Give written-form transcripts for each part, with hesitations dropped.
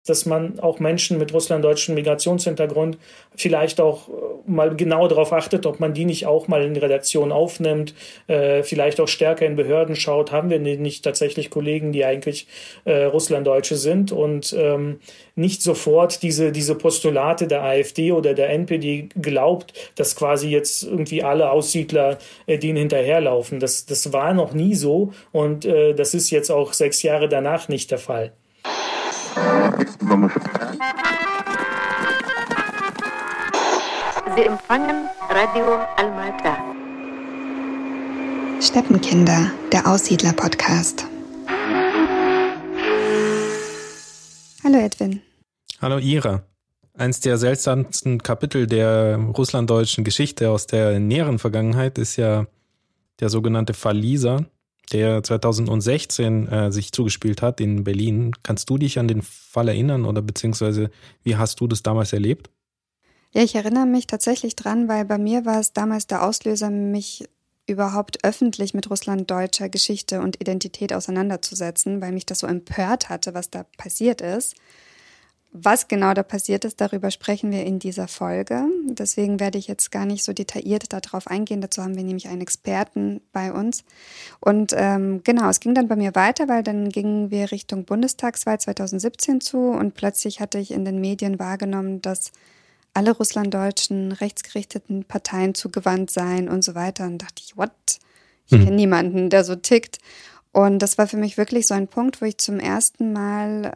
dass man auch Menschen mit russlanddeutschem Migrationshintergrund vielleicht auch mal genau darauf achtet, ob man die nicht auch mal in Redaktion aufnimmt, vielleicht auch stärker in Behörden schaut, haben wir nicht tatsächlich Kollegen, die eigentlich Russlanddeutsche sind und nicht sofort diese Postulate der AfD oder der NPD glaubt, dass quasi jetzt irgendwie alle Aussiedler denen hinterherlaufen. Das war noch nie so und das ist jetzt auch 6 Jahre danach nicht der Fall. Sie empfangen Radio Almata. Steppenkinder, der Aussiedler-Podcast. Hallo Edwin. Hallo Ira. Eins der seltsamsten Kapitel der russlanddeutschen Geschichte aus der näheren Vergangenheit ist ja der sogenannte Fall Lisa, der 2016 sich zugespielt hat in Berlin. Kannst du dich an den Fall erinnern oder beziehungsweise wie hast du das damals erlebt? Ja, ich erinnere mich tatsächlich dran, weil bei mir war es damals der Auslöser, mich überhaupt öffentlich mit russlanddeutscher Geschichte und Identität auseinanderzusetzen, weil mich das so empört hatte, was da passiert ist. Was genau da passiert ist, darüber sprechen wir in dieser Folge. Deswegen werde ich jetzt gar nicht so detailliert darauf eingehen. Dazu haben wir nämlich einen Experten bei uns. Und genau, es ging dann bei mir weiter, weil dann gingen wir Richtung Bundestagswahl 2017 zu und plötzlich hatte ich in den Medien wahrgenommen, dass alle russlanddeutschen rechtsgerichteten Parteien zugewandt seien und so weiter. Und dachte ich, what? Ich kenne niemanden, der so tickt. Und das war für mich wirklich so ein Punkt, wo ich zum ersten Mal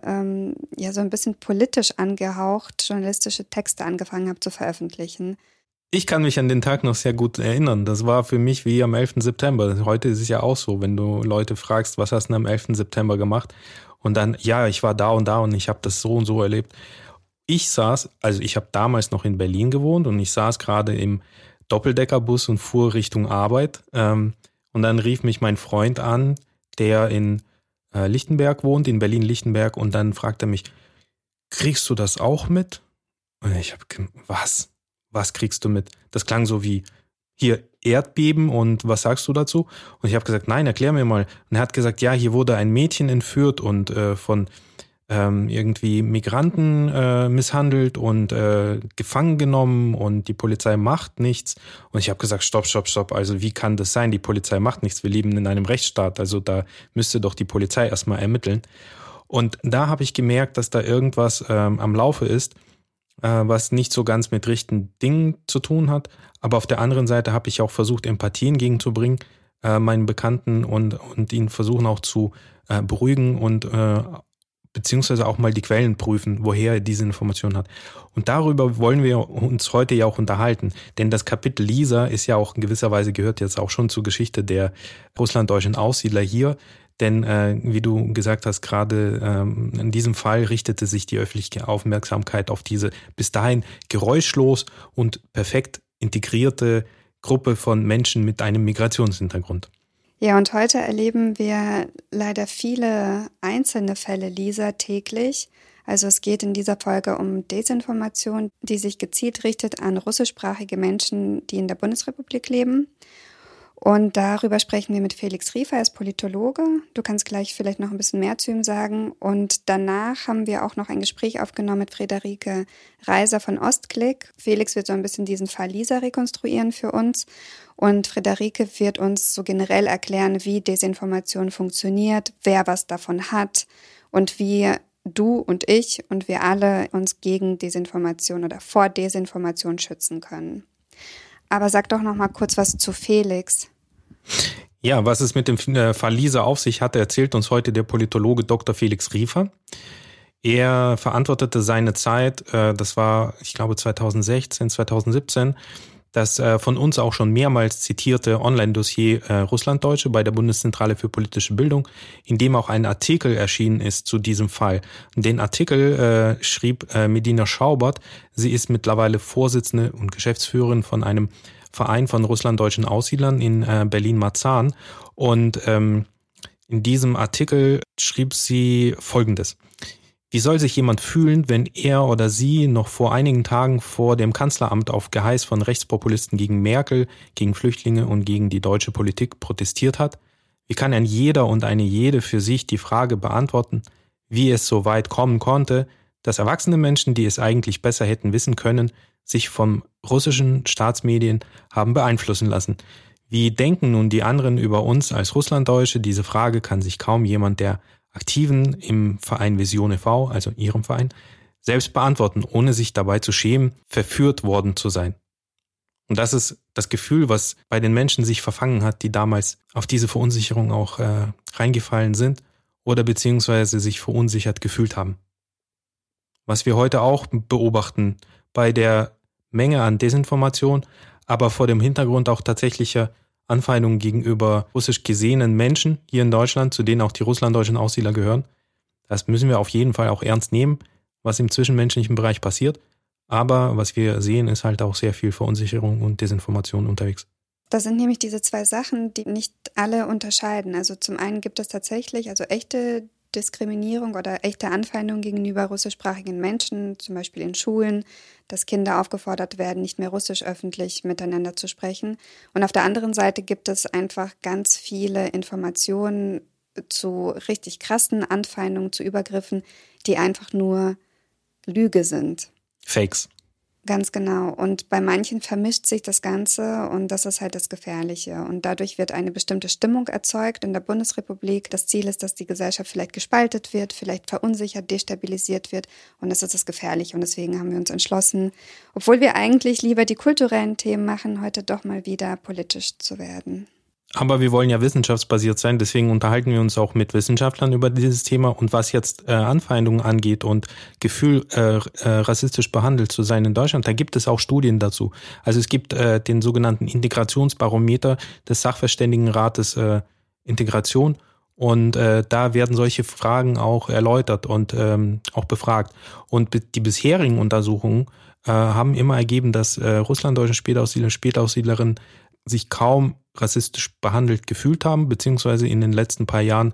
so ein bisschen politisch angehaucht journalistische Texte angefangen habe zu veröffentlichen. Ich kann mich an den Tag noch sehr gut erinnern. Das war für mich wie am 11. September. Heute ist es ja auch so, wenn du Leute fragst, was hast du am 11. September gemacht? Und dann, ja, ich war da und ich habe das so und so erlebt. Ich habe damals noch in Berlin gewohnt und ich saß gerade im Doppeldeckerbus und fuhr Richtung Arbeit. Und dann rief mich mein Freund an, der in Lichtenberg wohnt, in Berlin-Lichtenberg. Und dann fragt er mich, kriegst du das auch mit? Und ich habe, was? Was kriegst du mit? Das klang so wie, hier Erdbeben und was sagst du dazu? Und ich habe gesagt, nein, erklär mir mal. Und er hat gesagt, ja, hier wurde ein Mädchen entführt und von irgendwie Migranten misshandelt und gefangen genommen und die Polizei macht nichts. Und ich habe gesagt, stopp. Also wie kann das sein? Die Polizei macht nichts. Wir leben in einem Rechtsstaat. Also da müsste doch die Polizei erstmal ermitteln. Und da habe ich gemerkt, dass da irgendwas am Laufe ist, was nicht so ganz mit richtigen Dingen zu tun hat. Aber auf der anderen Seite habe ich auch versucht, Empathie entgegenzubringen, meinen Bekannten und ihn versuchen auch zu beruhigen und beziehungsweise auch mal die Quellen prüfen, woher er diese Information hat. Und darüber wollen wir uns heute ja auch unterhalten. Denn das Kapitel Lisa ist ja auch in gewisser Weise, gehört jetzt auch schon zur Geschichte der russlanddeutschen Aussiedler hier. Denn wie du gesagt hast, gerade in diesem Fall richtete sich die öffentliche Aufmerksamkeit auf diese bis dahin geräuschlos und perfekt integrierte Gruppe von Menschen mit einem Migrationshintergrund. Ja, und heute erleben wir leider viele einzelne Fälle Lisa täglich. Also es geht in dieser Folge um Desinformation, die sich gezielt richtet an russischsprachige Menschen, die in der Bundesrepublik leben. Und darüber sprechen wir mit Felix Riefer, er ist Politologe. Du kannst gleich vielleicht noch ein bisschen mehr zu ihm sagen. Und danach haben wir auch noch ein Gespräch aufgenommen mit Friederike Reiser von Ostklick. Felix wird so ein bisschen diesen Fall Lisa rekonstruieren für uns. Und Friederike wird uns so generell erklären, wie Desinformation funktioniert, wer was davon hat und wie du und ich und wir alle uns gegen Desinformation oder vor Desinformation schützen können. Aber sag doch noch mal kurz was zu Felix. Ja, was es mit dem Fall Lisa auf sich hat, erzählt uns heute der Politologe Dr. Felix Riefer. Er verantwortete seine Zeit, das war, ich glaube, 2016, 2017, das von uns auch schon mehrmals zitierte Online-Dossier Russlanddeutsche bei der Bundeszentrale für politische Bildung, in dem auch ein Artikel erschienen ist zu diesem Fall. Den Artikel schrieb Medina Schaubert. Sie ist mittlerweile Vorsitzende und Geschäftsführerin von einem Verein von russlanddeutschen Aussiedlern in Berlin-Marzahn. Und in diesem Artikel schrieb sie Folgendes. Wie soll sich jemand fühlen, wenn er oder sie noch vor einigen Tagen vor dem Kanzleramt auf Geheiß von Rechtspopulisten gegen Merkel, gegen Flüchtlinge und gegen die deutsche Politik protestiert hat? Wie kann ein jeder und eine jede für sich die Frage beantworten, wie es so weit kommen konnte, dass erwachsene Menschen, die es eigentlich besser hätten wissen können, sich vom russischen Staatsmedien haben beeinflussen lassen. Wie denken nun die anderen über uns als Russlanddeutsche? Diese Frage kann sich kaum jemand der Aktiven im Verein Vision e.V., also Ihrem Verein, selbst beantworten, ohne sich dabei zu schämen, verführt worden zu sein. Und das ist das Gefühl, was bei den Menschen sich verfangen hat, die damals auf diese Verunsicherung auch reingefallen sind oder beziehungsweise sich verunsichert gefühlt haben. Was wir heute auch beobachten bei der Menge an Desinformation, aber vor dem Hintergrund auch tatsächlicher Anfeindungen gegenüber russisch gesehenen Menschen hier in Deutschland, zu denen auch die russlanddeutschen Aussiedler gehören. Das müssen wir auf jeden Fall auch ernst nehmen, was im zwischenmenschlichen Bereich passiert. Aber was wir sehen, ist halt auch sehr viel Verunsicherung und Desinformation unterwegs. Das sind nämlich diese zwei Sachen, die nicht alle unterscheiden. Also zum einen gibt es tatsächlich echte Diskriminierung oder echte Anfeindung gegenüber russischsprachigen Menschen, zum Beispiel in Schulen, dass Kinder aufgefordert werden, nicht mehr Russisch öffentlich miteinander zu sprechen. Und auf der anderen Seite gibt es einfach ganz viele Informationen zu richtig krassen Anfeindungen, zu Übergriffen, die einfach nur Lüge sind. Fakes. Ganz genau. Und bei manchen vermischt sich das Ganze und das ist halt das Gefährliche. Und dadurch wird eine bestimmte Stimmung erzeugt in der Bundesrepublik. Das Ziel ist, dass die Gesellschaft vielleicht gespaltet wird, vielleicht verunsichert, destabilisiert wird. Und das ist das Gefährliche. Und deswegen haben wir uns entschlossen, obwohl wir eigentlich lieber die kulturellen Themen machen, heute doch mal wieder politisch zu werden. Aber wir wollen ja wissenschaftsbasiert sein, deswegen unterhalten wir uns auch mit Wissenschaftlern über dieses Thema. Und was jetzt Anfeindungen angeht und Gefühl, rassistisch behandelt zu sein in Deutschland, da gibt es auch Studien dazu. Also es gibt den sogenannten Integrationsbarometer des Sachverständigenrates Integration und da werden solche Fragen auch erläutert und auch befragt. Und die bisherigen Untersuchungen haben immer ergeben, dass russlanddeutsche Spätaussiedler, Spätaussiedlerinnen sich kaum rassistisch behandelt gefühlt haben, beziehungsweise in den letzten paar Jahren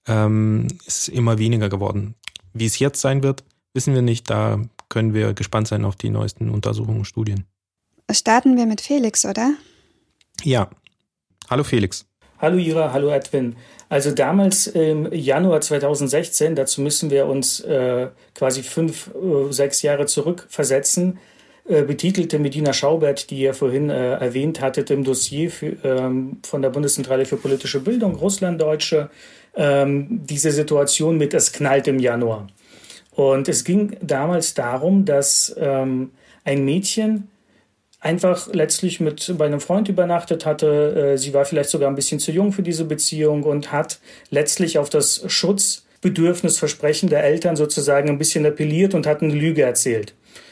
ist es immer weniger geworden. Wie es jetzt sein wird, wissen wir nicht. Da können wir gespannt sein auf die neuesten Untersuchungen und Studien. Starten wir mit Felix, oder? Ja. Hallo Felix. Hallo Ira, hallo Edwin. Also damals im Januar 2016, dazu müssen wir uns quasi 5-6 Jahre zurückversetzen, betitelte Medina Schaubert, die ihr vorhin erwähnt hattet, im Dossier von der Bundeszentrale für politische Bildung, Russlanddeutsche, diese Situation mit "Es knallt im Januar". Und es ging damals darum, dass ein Mädchen einfach letztlich bei einem Freund übernachtet hatte. Sie war vielleicht sogar ein bisschen zu jung für diese Beziehung und hat letztlich auf das Schutzbedürfnisversprechen der Eltern sozusagen ein bisschen appelliert und hat eine Lüge erzählt.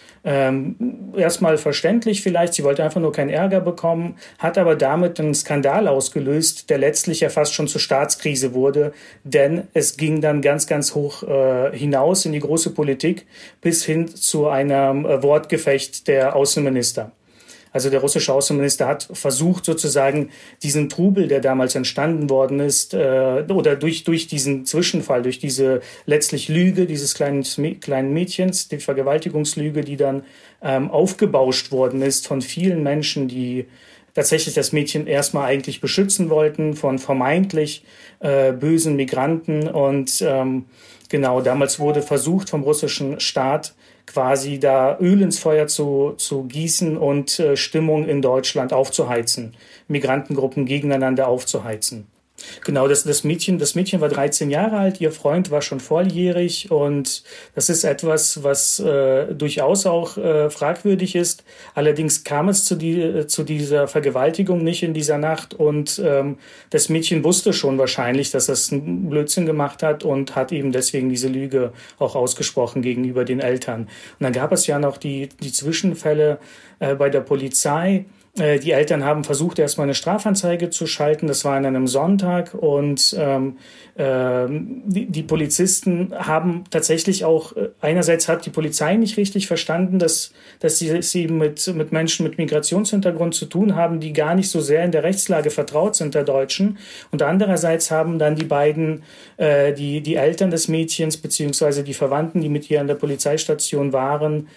Erstmal verständlich vielleicht, sie wollte einfach nur keinen Ärger bekommen, hat aber damit einen Skandal ausgelöst, der letztlich ja fast schon zur Staatskrise wurde, denn es ging dann ganz, ganz hoch hinaus in die große Politik bis hin zu einem Wortgefecht der Außenminister. Also der russische Außenminister hat versucht, sozusagen diesen Trubel, der damals entstanden worden ist, oder durch diesen Zwischenfall, durch diese letztlich Lüge dieses kleinen Mädchens, die Vergewaltigungslüge, die dann aufgebauscht worden ist von vielen Menschen, die tatsächlich das Mädchen erstmal eigentlich beschützen wollten von vermeintlich bösen Migranten. Und genau, damals wurde versucht vom russischen Staat, quasi da Öl ins Feuer zu gießen und Stimmung in Deutschland aufzuheizen, Migrantengruppen gegeneinander aufzuheizen. Genau, das Mädchen war 13 Jahre alt, ihr Freund war schon volljährig und das ist etwas, was durchaus auch fragwürdig ist. Allerdings kam es zu dieser Vergewaltigung nicht in dieser Nacht und das Mädchen wusste schon wahrscheinlich, dass es einen Blödsinn gemacht hat und hat eben deswegen diese Lüge auch ausgesprochen gegenüber den Eltern. Und dann gab es ja noch die Zwischenfälle bei der Polizei. Die Eltern haben versucht, erstmal eine Strafanzeige zu schalten. Das war an einem Sonntag und die Polizisten haben tatsächlich auch, einerseits hat die Polizei nicht richtig verstanden, dass sie eben mit Menschen mit Migrationshintergrund zu tun haben, die gar nicht so sehr in der Rechtslage vertraut sind, der Deutschen. Und andererseits haben dann die beiden, die Eltern des Mädchens beziehungsweise die Verwandten, die mit ihr an der Polizeistation waren,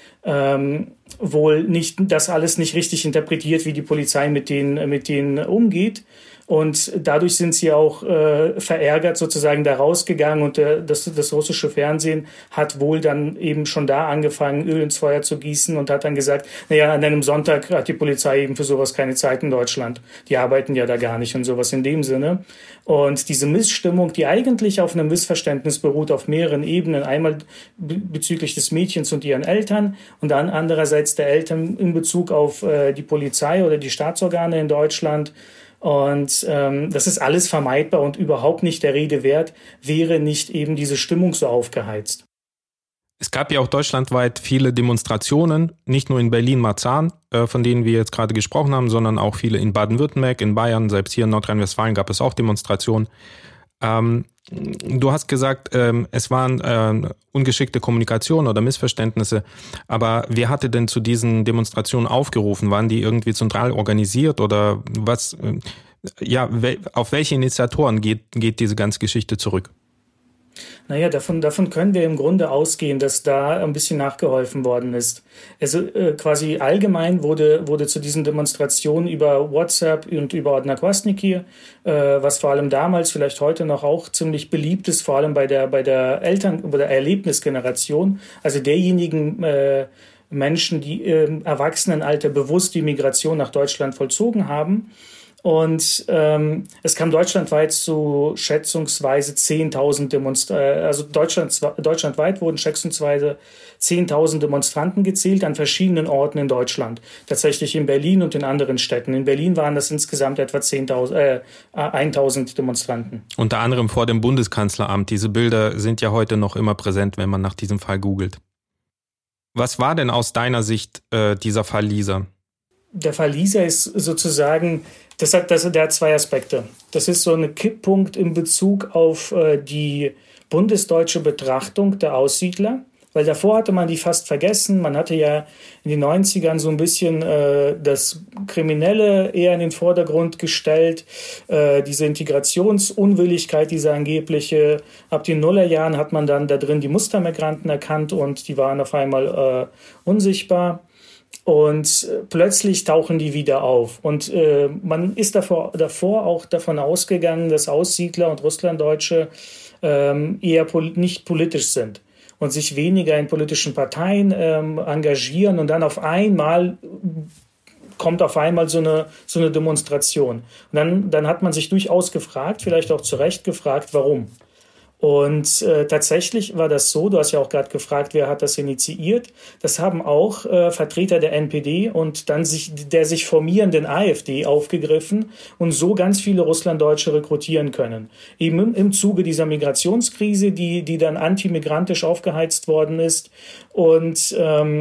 wohl nicht das alles nicht richtig interpretiert, wie die Polizei mit denen umgeht. Und dadurch sind sie auch verärgert sozusagen da rausgegangen. Und das russische Fernsehen hat wohl dann eben schon da angefangen, Öl ins Feuer zu gießen und hat dann gesagt, naja, an einem Sonntag hat die Polizei eben für sowas keine Zeit in Deutschland. Die arbeiten ja da gar nicht und sowas in dem Sinne. Und diese Missstimmung, die eigentlich auf einem Missverständnis beruht, auf mehreren Ebenen. Einmal bezüglich des Mädchens und ihren Eltern und dann andererseits der Eltern in Bezug auf die Polizei oder die Staatsorgane in Deutschland. Und das ist alles vermeidbar und überhaupt nicht der Rede wert, wäre nicht eben diese Stimmung so aufgeheizt. Es gab ja auch deutschlandweit viele Demonstrationen, nicht nur in Berlin-Marzahn, von denen wir jetzt gerade gesprochen haben, sondern auch viele in Baden-Württemberg, in Bayern, selbst hier in Nordrhein-Westfalen gab es auch Demonstrationen. Du hast gesagt, es waren ungeschickte Kommunikation oder Missverständnisse, aber wer hatte denn zu diesen Demonstrationen aufgerufen? Waren die irgendwie zentral organisiert oder was? Ja, auf welche Initiatoren geht diese ganze Geschichte zurück? Naja, davon können wir im Grunde ausgehen, dass da ein bisschen nachgeholfen worden ist. Also quasi allgemein wurde zu diesen Demonstrationen über WhatsApp und über Odnoklassniki, was vor allem damals, vielleicht heute noch auch ziemlich beliebt ist, vor allem bei der Erlebnisgeneration, also derjenigen Menschen, die im Erwachsenenalter bewusst die Migration nach Deutschland vollzogen haben. Und es kam deutschlandweit zu schätzungsweise 10.000 Demonstranten, also deutschlandweit wurden schätzungsweise 10.000 Demonstranten gezählt an verschiedenen Orten in Deutschland. Tatsächlich in Berlin und in anderen Städten. In Berlin waren das insgesamt etwa 1.000 Demonstranten. Unter anderem vor dem Bundeskanzleramt. Diese Bilder sind ja heute noch immer präsent, wenn man nach diesem Fall googelt. Was war denn aus deiner Sicht dieser Fall Lisa? Der Fall Lisa ist sozusagen, der hat zwei Aspekte. Das ist so ein Kipppunkt in Bezug auf die bundesdeutsche Betrachtung der Aussiedler, weil davor hatte man die fast vergessen. Man hatte ja in den 90ern so ein bisschen das Kriminelle eher in den Vordergrund gestellt, diese Integrationsunwilligkeit, diese angebliche. Ab den Nullerjahren hat man dann da drin die Mustermigranten erkannt und die waren auf einmal unsichtbar. Und plötzlich tauchen die wieder auf. Und man ist davor auch davon ausgegangen, dass Aussiedler und Russlanddeutsche eher nicht politisch sind und sich weniger in politischen Parteien engagieren. Und dann kommt auf einmal so eine Demonstration. Und dann hat man sich durchaus gefragt, vielleicht auch zu Recht gefragt, warum. Und tatsächlich war das so, du hast ja auch gerade gefragt, wer hat das initiiert. Das haben auch Vertreter der NPD und dann der sich formierenden AfD aufgegriffen und so ganz viele Russlanddeutsche rekrutieren können. Eben im Zuge dieser Migrationskrise, die dann antimigrantisch aufgeheizt worden ist. Und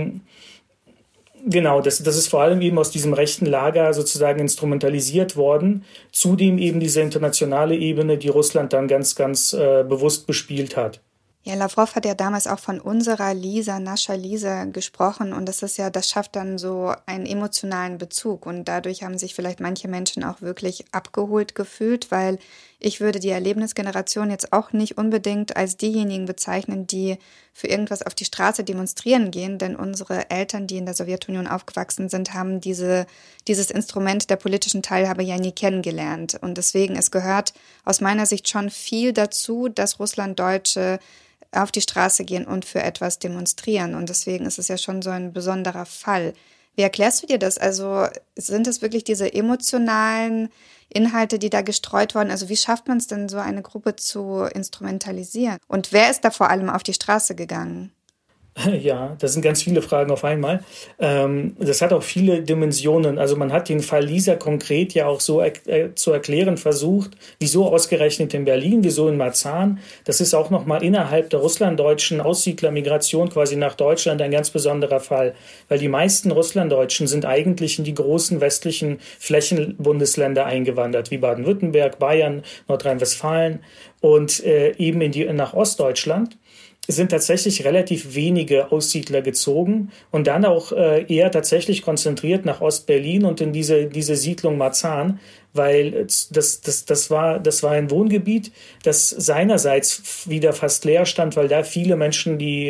genau, das ist vor allem eben aus diesem rechten Lager sozusagen instrumentalisiert worden. Zudem eben diese internationale Ebene, die Russland dann ganz, ganz bewusst bespielt hat. Ja, Lavrov hat ja damals auch von unserer Lisa, Nascha Lisa gesprochen und das schafft dann so einen emotionalen Bezug und dadurch haben sich vielleicht manche Menschen auch wirklich abgeholt gefühlt, weil ich würde die Erlebnisgeneration jetzt auch nicht unbedingt als diejenigen bezeichnen, die für irgendwas auf die Straße demonstrieren gehen, denn unsere Eltern, die in der Sowjetunion aufgewachsen sind, haben dieses Instrument der politischen Teilhabe ja nie kennengelernt und deswegen, es gehört aus meiner Sicht schon viel dazu, dass Russlanddeutsche auf die Straße gehen und für etwas demonstrieren. Und deswegen ist es ja schon so ein besonderer Fall. Wie erklärst du dir das? Also sind es wirklich diese emotionalen Inhalte, die da gestreut wurden? Also wie schafft man es denn, so eine Gruppe zu instrumentalisieren? Und wer ist da vor allem auf die Straße gegangen? Ja, das sind ganz viele Fragen auf einmal. Das hat auch viele Dimensionen. Also man hat den Fall Lisa konkret ja auch so zu erklären versucht, wieso ausgerechnet in Berlin, wieso in Marzahn. Das ist auch nochmal innerhalb der russlanddeutschen Aussiedlermigration quasi nach Deutschland ein ganz besonderer Fall. Weil die meisten Russlanddeutschen sind eigentlich in die großen westlichen Flächenbundesländer eingewandert, wie Baden-Württemberg, Bayern, Nordrhein-Westfalen und eben nach Ostdeutschland. Es sind tatsächlich relativ wenige Aussiedler gezogen und dann auch eher tatsächlich konzentriert nach Ostberlin und in diese Siedlung Marzahn, weil das war ein Wohngebiet, das seinerseits wieder fast leer stand, weil da viele Menschen, die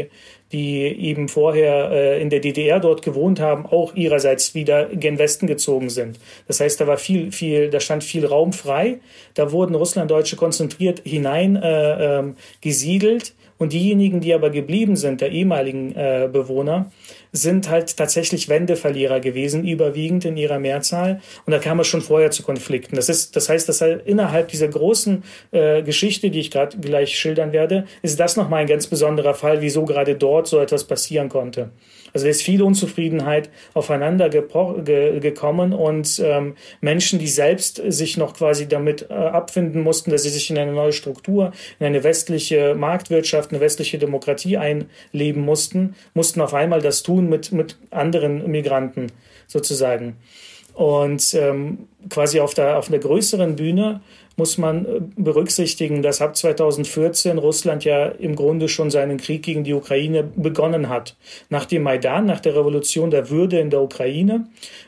die eben vorher in der DDR dort gewohnt haben, auch ihrerseits wieder gen Westen gezogen sind. Das heißt, da war da stand viel Raum frei. Da wurden Russlanddeutsche konzentriert hinein gesiedelt. Und diejenigen, die aber geblieben sind, der ehemaligen Bewohner, sind halt tatsächlich Wendeverlierer gewesen, überwiegend in ihrer Mehrzahl. Und da kam es schon vorher zu Konflikten. Das heißt, dass halt innerhalb dieser großen Geschichte, die ich gerade gleich schildern werde, ist das nochmal ein ganz besonderer Fall, wieso gerade dort so etwas passieren konnte. Also es ist viel Unzufriedenheit aufeinander gekommen und Menschen, die selbst sich noch quasi damit abfinden mussten, dass sie sich in eine neue Struktur, in eine westliche Marktwirtschaft, eine westliche Demokratie einleben mussten auf einmal das tun mit anderen Migranten sozusagen. Und quasi auf der größeren Bühne muss man berücksichtigen, dass ab 2014 Russland ja im Grunde schon seinen Krieg gegen die Ukraine begonnen hat. Nach dem Maidan, nach der Revolution der Würde in der Ukraine,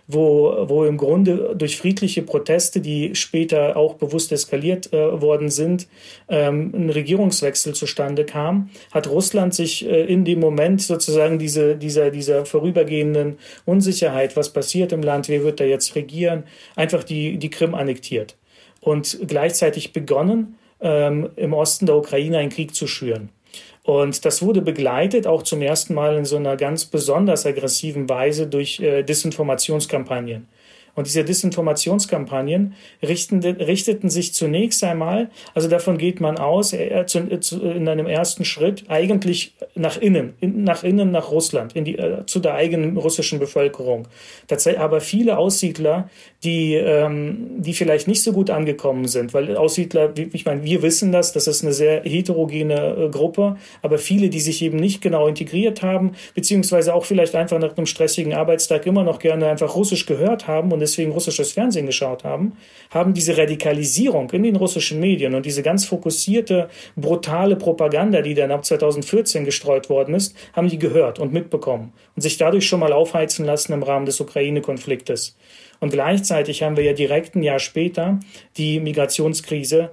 wo im Grunde durch friedliche Proteste, die später auch bewusst eskaliert worden sind, ein Regierungswechsel zustande kam, hat Russland sich in dem Moment sozusagen dieser vorübergehenden Unsicherheit, was passiert im Land, wer wird da jetzt regieren, einfach die Krim annektiert. Und gleichzeitig begonnen, im Osten der Ukraine einen Krieg zu schüren. Und das wurde begleitet auch zum ersten Mal in so einer ganz besonders aggressiven Weise durch Desinformationskampagnen. Und diese Desinformationskampagnen richteten sich zunächst einmal, also davon geht man aus, in einem ersten Schritt eigentlich nach innen nach Russland, zu der eigenen russischen Bevölkerung. Tatsächlich aber viele Aussiedler, die vielleicht nicht so gut angekommen sind, weil Aussiedler, ich meine, wir wissen das ist eine sehr heterogene Gruppe, aber viele, die sich eben nicht genau integriert haben, beziehungsweise auch vielleicht einfach nach einem stressigen Arbeitstag immer noch gerne einfach Russisch gehört haben und deswegen russisches Fernsehen geschaut haben diese Radikalisierung in den russischen Medien und diese ganz fokussierte, brutale Propaganda, die dann ab 2014 gestreut worden ist, haben die gehört und mitbekommen und sich dadurch schon mal aufheizen lassen im Rahmen des Ukraine-Konfliktes. Und gleichzeitig haben wir ja direkt ein Jahr später die Migrationskrise,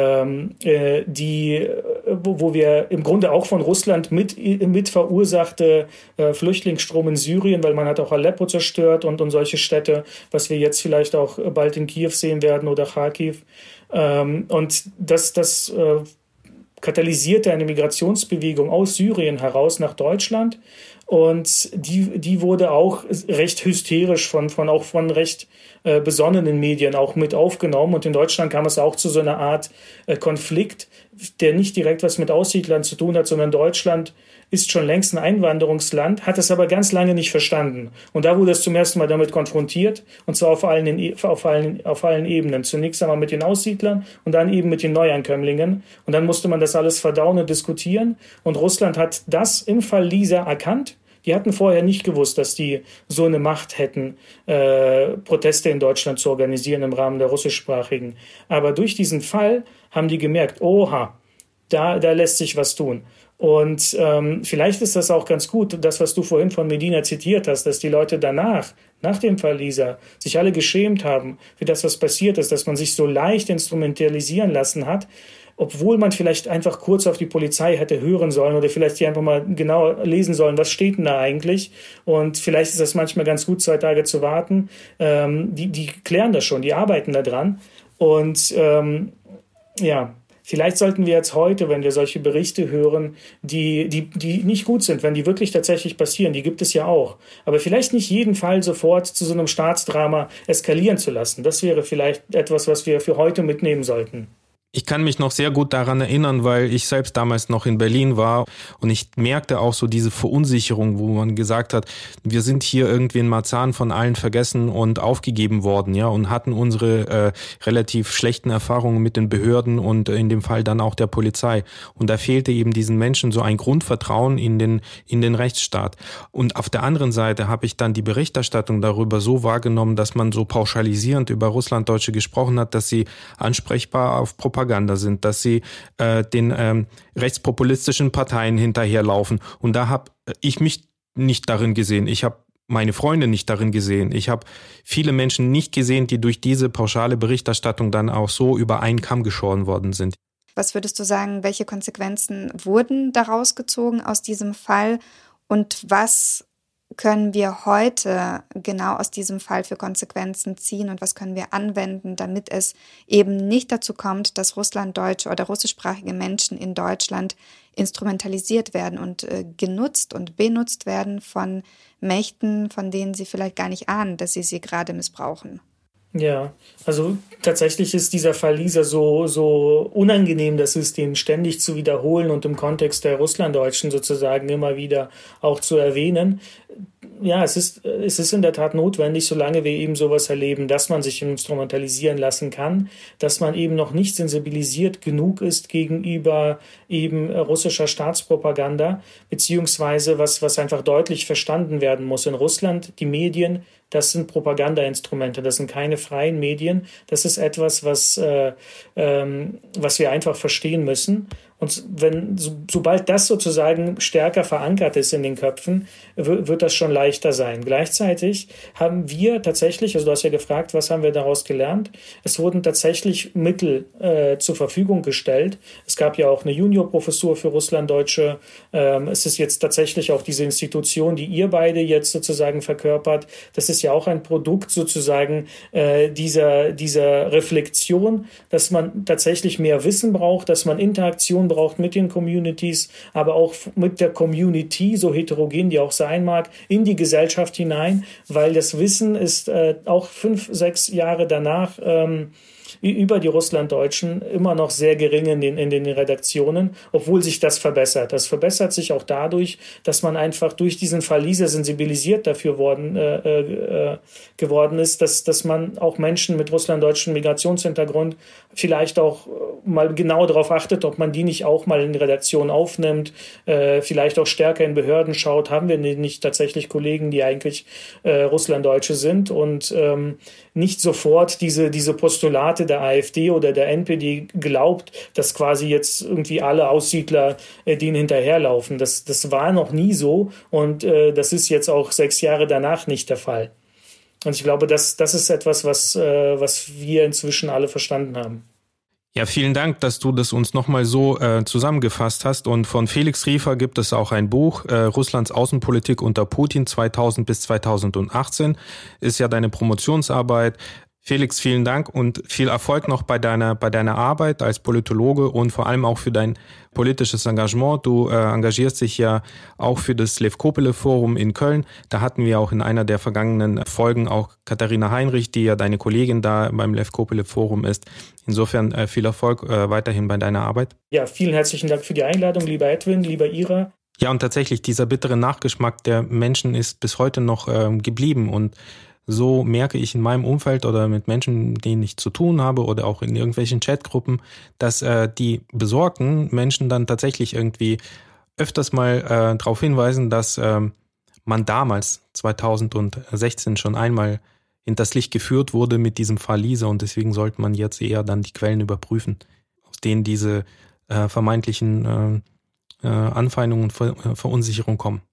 wo wir im Grunde auch von Russland mit verursachte Flüchtlingsstrom in Syrien, weil man hat auch Aleppo zerstört und solche Städte, was wir jetzt vielleicht auch bald in Kiew sehen werden oder Kharkiv. Und das katalysierte eine Migrationsbewegung aus Syrien heraus nach Deutschland. Und die wurde auch recht hysterisch von recht besonnenen Medien auch mit aufgenommen. Und in Deutschland kam es auch zu so einer Art Konflikt, der nicht direkt was mit Aussiedlern zu tun hat, sondern Deutschland ist schon längst ein Einwanderungsland, hat es aber ganz lange nicht verstanden. Und da wurde es zum ersten Mal damit konfrontiert, und zwar auf allen Ebenen. Zunächst einmal mit den Aussiedlern und dann eben mit den Neuankömmlingen. Und dann musste man das alles verdauen und diskutieren. Und Russland hat das im Fall Lisa erkannt. Die hatten vorher nicht gewusst, dass die so eine Macht hätten, Proteste in Deutschland zu organisieren im Rahmen der russischsprachigen. Aber durch diesen Fall haben die gemerkt, oha, da lässt sich was tun. Und vielleicht ist das auch ganz gut, das, was du vorhin von Medina zitiert hast, dass die Leute nach dem Fall Lisa, sich alle geschämt haben für das, was passiert ist, dass man sich so leicht instrumentalisieren lassen hat, obwohl man vielleicht einfach kurz auf die Polizei hätte hören sollen oder vielleicht hier einfach mal genau lesen sollen, was steht denn da eigentlich. Und vielleicht ist das manchmal ganz gut, 2 Tage zu warten. Die klären das schon, die arbeiten da dran. Und vielleicht sollten wir jetzt heute, wenn wir solche Berichte hören, die nicht gut sind, wenn die wirklich tatsächlich passieren, die gibt es ja auch, aber vielleicht nicht jeden Fall sofort zu so einem Staatsdrama eskalieren zu lassen. Das wäre vielleicht etwas, was wir für heute mitnehmen sollten. Ich kann mich noch sehr gut daran erinnern, weil ich selbst damals noch in Berlin war und ich merkte auch so diese Verunsicherung, wo man gesagt hat, wir sind hier irgendwie in Marzahn von allen vergessen und aufgegeben worden, ja, und hatten unsere relativ schlechten Erfahrungen mit den Behörden und in dem Fall dann auch der Polizei. Und da fehlte eben diesen Menschen so ein Grundvertrauen in den Rechtsstaat. Und auf der anderen Seite habe ich dann die Berichterstattung darüber so wahrgenommen, dass man so pauschalisierend über Russlanddeutsche gesprochen hat, dass sie ansprechbar auf Propaganda sind, dass sie den rechtspopulistischen Parteien hinterherlaufen. Und da habe ich mich nicht darin gesehen. Ich habe meine Freunde nicht darin gesehen. Ich habe viele Menschen nicht gesehen, die durch diese pauschale Berichterstattung dann auch so über einen Kamm geschoren worden sind. Was würdest du sagen, welche Konsequenzen wurden daraus gezogen aus diesem Fall und was können wir heute genau aus diesem Fall für Konsequenzen ziehen und was können wir anwenden, damit es eben nicht dazu kommt, dass russlanddeutsche oder russischsprachige Menschen in Deutschland instrumentalisiert werden und genutzt und benutzt werden von Mächten, von denen sie vielleicht gar nicht ahnen, dass sie gerade missbrauchen. Ja, also tatsächlich ist dieser Fall Lisa so unangenehm, das System ständig zu wiederholen und im Kontext der Russlanddeutschen sozusagen immer wieder auch zu erwähnen. Ja, es ist in der Tat notwendig, solange wir eben sowas erleben, dass man sich instrumentalisieren lassen kann, dass man eben noch nicht sensibilisiert genug ist gegenüber eben russischer Staatspropaganda, beziehungsweise was einfach deutlich verstanden werden muss. In Russland, die Medien, das sind Propagandainstrumente, das sind keine freien Medien. Das ist etwas, was wir einfach verstehen müssen. Und sobald das sozusagen stärker verankert ist in den Köpfen, wird das schon leichter sein. Gleichzeitig haben wir tatsächlich, also du hast ja gefragt, was haben wir daraus gelernt? Es wurden tatsächlich Mittel zur Verfügung gestellt. Es gab ja auch eine Juniorprofessur für Russlanddeutsche. Es ist jetzt tatsächlich auch diese Institution, die ihr beide jetzt sozusagen verkörpert. Das ist ja auch ein Produkt sozusagen dieser Reflexion, dass man tatsächlich mehr Wissen braucht, dass man Interaktion braucht mit den Communities, aber auch mit der Community, so heterogen die auch sein mag, in die Gesellschaft hinein, weil das Wissen ist auch 5, 6 Jahre danach über die Russlanddeutschen immer noch sehr gering in den Redaktionen, obwohl sich das verbessert. Das verbessert sich auch dadurch, dass man einfach durch diesen Fall Lisa sensibilisiert dafür geworden ist, dass man auch Menschen mit russlanddeutschem Migrationshintergrund vielleicht auch mal genau darauf achtet, ob man die nicht auch mal in Redaktionen aufnimmt, vielleicht auch stärker in Behörden schaut, haben wir nicht tatsächlich Kollegen, die eigentlich Russlanddeutsche sind und nicht sofort diese Postulate der AfD oder der NPD glaubt, dass quasi jetzt irgendwie alle Aussiedler denen hinterherlaufen. Das war noch nie so und das ist jetzt auch 6 Jahre danach nicht der Fall. Und ich glaube, das ist etwas, was wir inzwischen alle verstanden haben. Ja, vielen Dank, dass du das uns nochmal so zusammengefasst hast. Und von Felix Riefer gibt es auch ein Buch, Russlands Außenpolitik unter Putin 2000 bis 2018. Ist ja deine Promotionsarbeit. Felix, vielen Dank und viel Erfolg noch bei deiner Arbeit als Politologe und vor allem auch für dein politisches Engagement. Du engagierst dich ja auch für das Lev Kopelev Forum in Köln. Da hatten wir auch in einer der vergangenen Folgen auch Katharina Heinrich, die ja deine Kollegin da beim Lev Kopelev Forum ist. Insofern viel Erfolg weiterhin bei deiner Arbeit. Ja, vielen herzlichen Dank für die Einladung, lieber Edwin, lieber Ira. Ja, und tatsächlich, dieser bittere Nachgeschmack der Menschen ist bis heute noch geblieben und so merke ich in meinem Umfeld oder mit Menschen, denen ich zu tun habe oder auch in irgendwelchen Chatgruppen, dass die besorgten Menschen dann tatsächlich irgendwie öfters mal darauf hinweisen, dass man damals 2016 schon einmal hinters Licht geführt wurde mit diesem Fall Lisa und deswegen sollte man jetzt eher dann die Quellen überprüfen, aus denen diese vermeintlichen Anfeindungen und Verunsicherung kommen.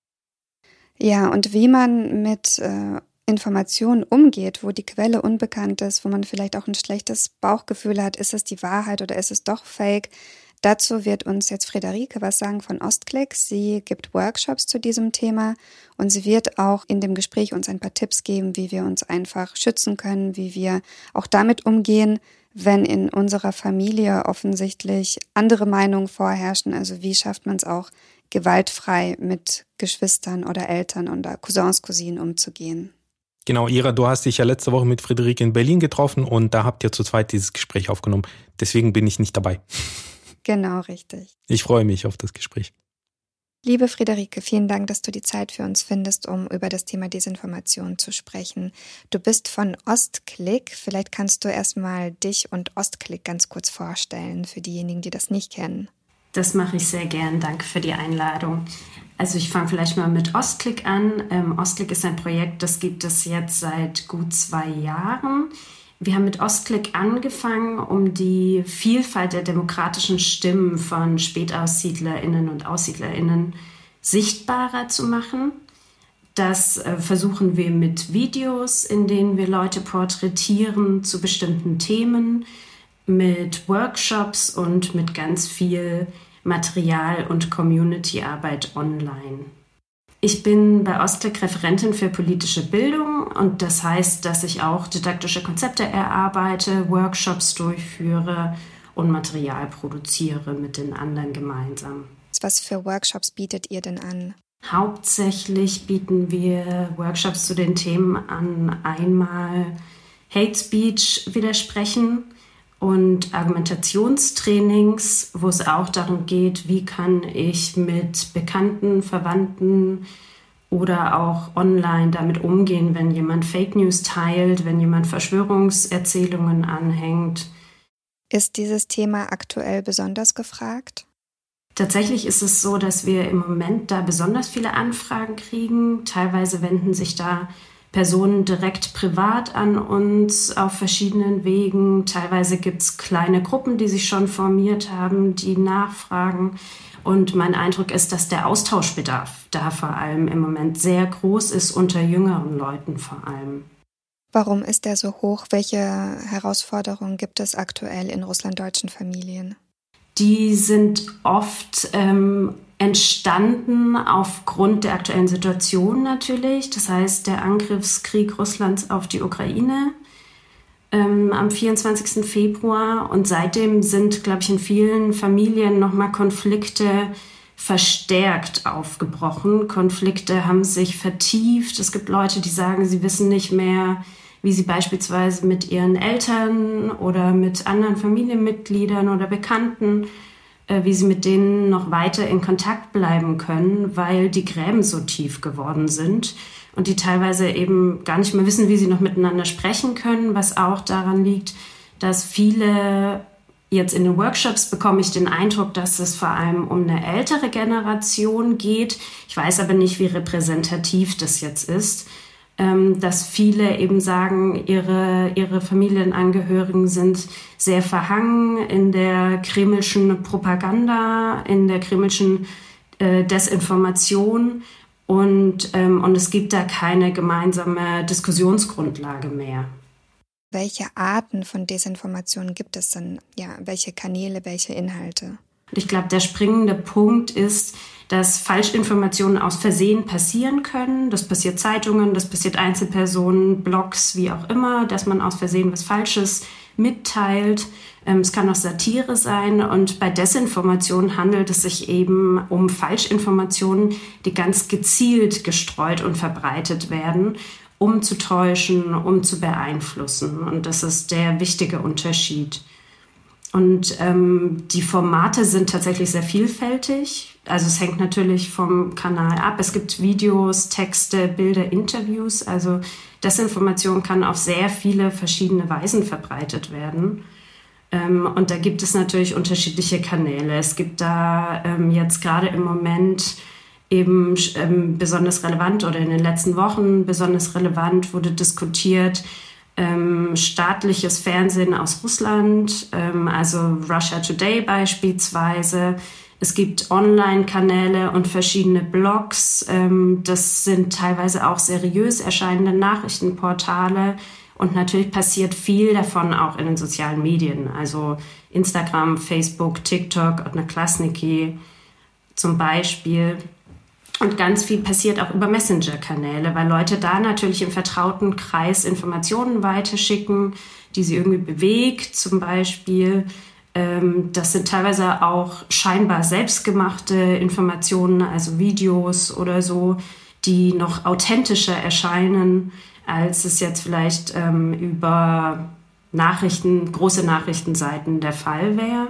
Ja, und wie man mit Informationen umgeht, wo die Quelle unbekannt ist, wo man vielleicht auch ein schlechtes Bauchgefühl hat, ist es die Wahrheit oder ist es doch Fake? Dazu wird uns jetzt Friederike was sagen von Ostklick. Sie gibt Workshops zu diesem Thema und sie wird auch in dem Gespräch uns ein paar Tipps geben, wie wir uns einfach schützen können, wie wir auch damit umgehen, wenn in unserer Familie offensichtlich andere Meinungen vorherrschen. Also wie schafft man es auch, gewaltfrei mit Geschwistern oder Eltern oder Cousins, Cousinen umzugehen? Genau, Ira, du hast dich ja letzte Woche mit Friederike in Berlin getroffen und da habt ihr zu zweit dieses Gespräch aufgenommen. Deswegen bin ich nicht dabei. Genau, richtig. Ich freue mich auf das Gespräch. Liebe Friederike, vielen Dank, dass du die Zeit für uns findest, um über das Thema Desinformation zu sprechen. Du bist von Ostklick. Vielleicht kannst du erstmal dich und Ostklick ganz kurz vorstellen für diejenigen, die das nicht kennen. Das mache ich sehr gern. Danke für die Einladung. Also ich fange vielleicht mal mit Ostklick an. Ostklick ist ein Projekt, das gibt es jetzt seit gut 2 Jahren. Wir haben mit Ostklick angefangen, um die Vielfalt der demokratischen Stimmen von SpätaussiedlerInnen und AussiedlerInnen sichtbarer zu machen. Das versuchen wir mit Videos, in denen wir Leute porträtieren zu bestimmten Themen. mit Workshops und mit ganz viel Material und Community-Arbeit online. Ich bin bei Ostclick Referentin für politische Bildung und das heißt, dass ich auch didaktische Konzepte erarbeite, Workshops durchführe und Material produziere mit den anderen gemeinsam. Was für Workshops bietet ihr denn an? Hauptsächlich bieten wir Workshops zu den Themen an, einmal Hate Speech widersprechen und Argumentationstrainings, wo es auch darum geht, wie kann ich mit Bekannten, Verwandten oder auch online damit umgehen, wenn jemand Fake News teilt, wenn jemand Verschwörungserzählungen anhängt. Ist dieses Thema aktuell besonders gefragt? Tatsächlich ist es so, dass wir im Moment da besonders viele Anfragen kriegen. Teilweise wenden sich da Personen direkt privat an uns auf verschiedenen Wegen. Teilweise gibt es kleine Gruppen, die sich schon formiert haben, die nachfragen. Und mein Eindruck ist, dass der Austauschbedarf da vor allem im Moment sehr groß ist, unter jüngeren Leuten vor allem. Warum ist der so hoch? Welche Herausforderungen gibt es aktuell in russlanddeutschen Familien? Die sind oft entstanden aufgrund der aktuellen Situation natürlich. Das heißt, der Angriffskrieg Russlands auf die Ukraine am 24. Februar. Und seitdem sind, glaube ich, in vielen Familien nochmal Konflikte verstärkt aufgebrochen. Konflikte haben sich vertieft. Es gibt Leute, die sagen, sie wissen nicht mehr, wie sie beispielsweise mit ihren Eltern oder mit anderen Familienmitgliedern oder Bekannten, wie sie mit denen noch weiter in Kontakt bleiben können, weil die Gräben so tief geworden sind und die teilweise eben gar nicht mehr wissen, wie sie noch miteinander sprechen können, was auch daran liegt, dass viele, jetzt in den Workshops bekomme ich den Eindruck, dass es vor allem um eine ältere Generation geht. Ich weiß aber nicht, wie repräsentativ das jetzt ist. Dass viele eben sagen, ihre Familienangehörigen sind sehr verhangen in der kremlischen Propaganda, in der kremlischen Desinformation und es gibt da keine gemeinsame Diskussionsgrundlage mehr. Welche Arten von Desinformation gibt es denn? Ja, welche Kanäle, welche Inhalte? Ich glaube, der springende Punkt ist, dass Falschinformationen aus Versehen passieren können. Das passiert Zeitungen, das passiert Einzelpersonen, Blogs, wie auch immer, dass man aus Versehen was Falsches mitteilt. Es kann auch Satire sein. Und bei Desinformation handelt es sich eben um Falschinformationen, die ganz gezielt gestreut und verbreitet werden, um zu täuschen, um zu beeinflussen. Und das ist der wichtige Unterschied. Und die Formate sind tatsächlich sehr vielfältig. Also es hängt natürlich vom Kanal ab. Es gibt Videos, Texte, Bilder, Interviews. Also Desinformation kann auf sehr viele verschiedene Weisen verbreitet werden. Und da gibt es natürlich unterschiedliche Kanäle. Es gibt da jetzt gerade im Moment eben besonders relevant oder in den letzten Wochen besonders relevant wurde diskutiert, staatliches Fernsehen aus Russland, also Russia Today beispielsweise. Es gibt Online-Kanäle und verschiedene Blogs. Das sind teilweise auch seriös erscheinende Nachrichtenportale. Und natürlich passiert viel davon auch in den sozialen Medien. Also Instagram, Facebook, TikTok, Odnoklassniki zum Beispiel. Und ganz viel passiert auch über Messenger-Kanäle, weil Leute da natürlich im vertrauten Kreis Informationen weiterschicken, die sie irgendwie bewegt zum Beispiel. Das sind teilweise auch scheinbar selbstgemachte Informationen, also Videos oder so, die noch authentischer erscheinen, als es jetzt vielleicht über große Nachrichtenseiten der Fall wäre.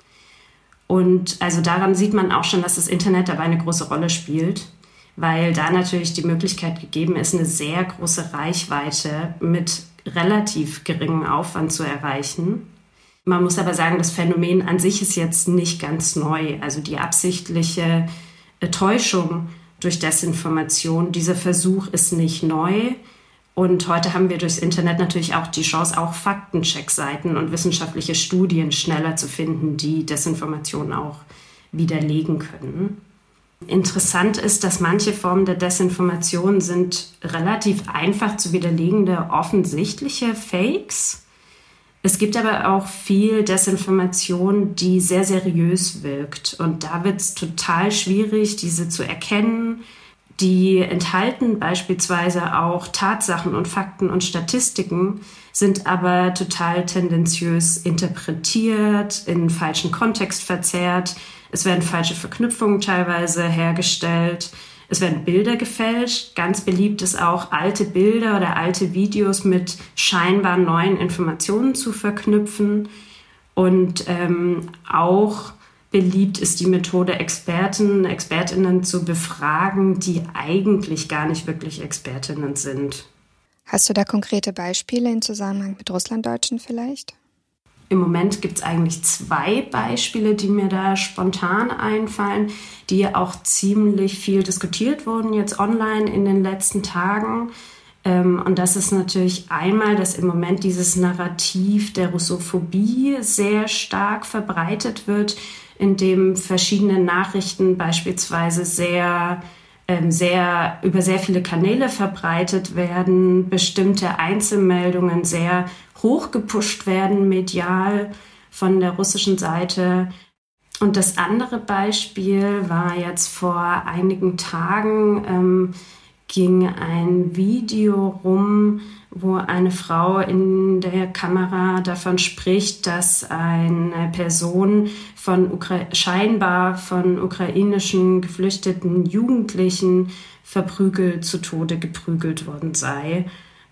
Und also daran sieht man auch schon, dass das Internet dabei eine große Rolle spielt, weil da natürlich die Möglichkeit gegeben ist, eine sehr große Reichweite mit relativ geringem Aufwand zu erreichen. Man muss aber sagen, das Phänomen an sich ist jetzt nicht ganz neu. Also die absichtliche Täuschung durch Desinformation, dieser Versuch ist nicht neu. Und heute haben wir durchs Internet natürlich auch die Chance, auch Faktencheck-Seiten und wissenschaftliche Studien schneller zu finden, die Desinformation auch widerlegen können. Interessant ist, dass manche Formen der Desinformation sind relativ einfach zu widerlegende offensichtliche Fakes. Es gibt aber auch viel Desinformation, die sehr seriös wirkt. Und da wird es total schwierig, diese zu erkennen. Die enthalten beispielsweise auch Tatsachen und Fakten und Statistiken, sind aber total tendenziös interpretiert, in falschen Kontext verzerrt. Es werden falsche Verknüpfungen teilweise hergestellt. Es werden Bilder gefälscht. Ganz beliebt ist auch, alte Bilder oder alte Videos mit scheinbar neuen Informationen zu verknüpfen. Und auch beliebt ist die Methode, ExpertInnen zu befragen, die eigentlich gar nicht wirklich ExpertInnen sind. Hast du da konkrete Beispiele im Zusammenhang mit Russlanddeutschen vielleicht? Im Moment gibt es eigentlich 2 Beispiele, die mir da spontan einfallen, die auch ziemlich viel diskutiert wurden jetzt online in den letzten Tagen. Und das ist natürlich einmal, dass im Moment dieses Narrativ der Russophobie sehr stark verbreitet wird, in dem verschiedene Nachrichten beispielsweise über sehr viele Kanäle verbreitet werden, bestimmte Einzelmeldungen sehr hochgepusht werden medial von der russischen Seite. Und das andere Beispiel war jetzt vor einigen Tagen, ging ein Video rum, wo eine Frau in der Kamera davon spricht, dass eine Person scheinbar von ukrainischen geflüchteten Jugendlichen zu Tode geprügelt worden sei.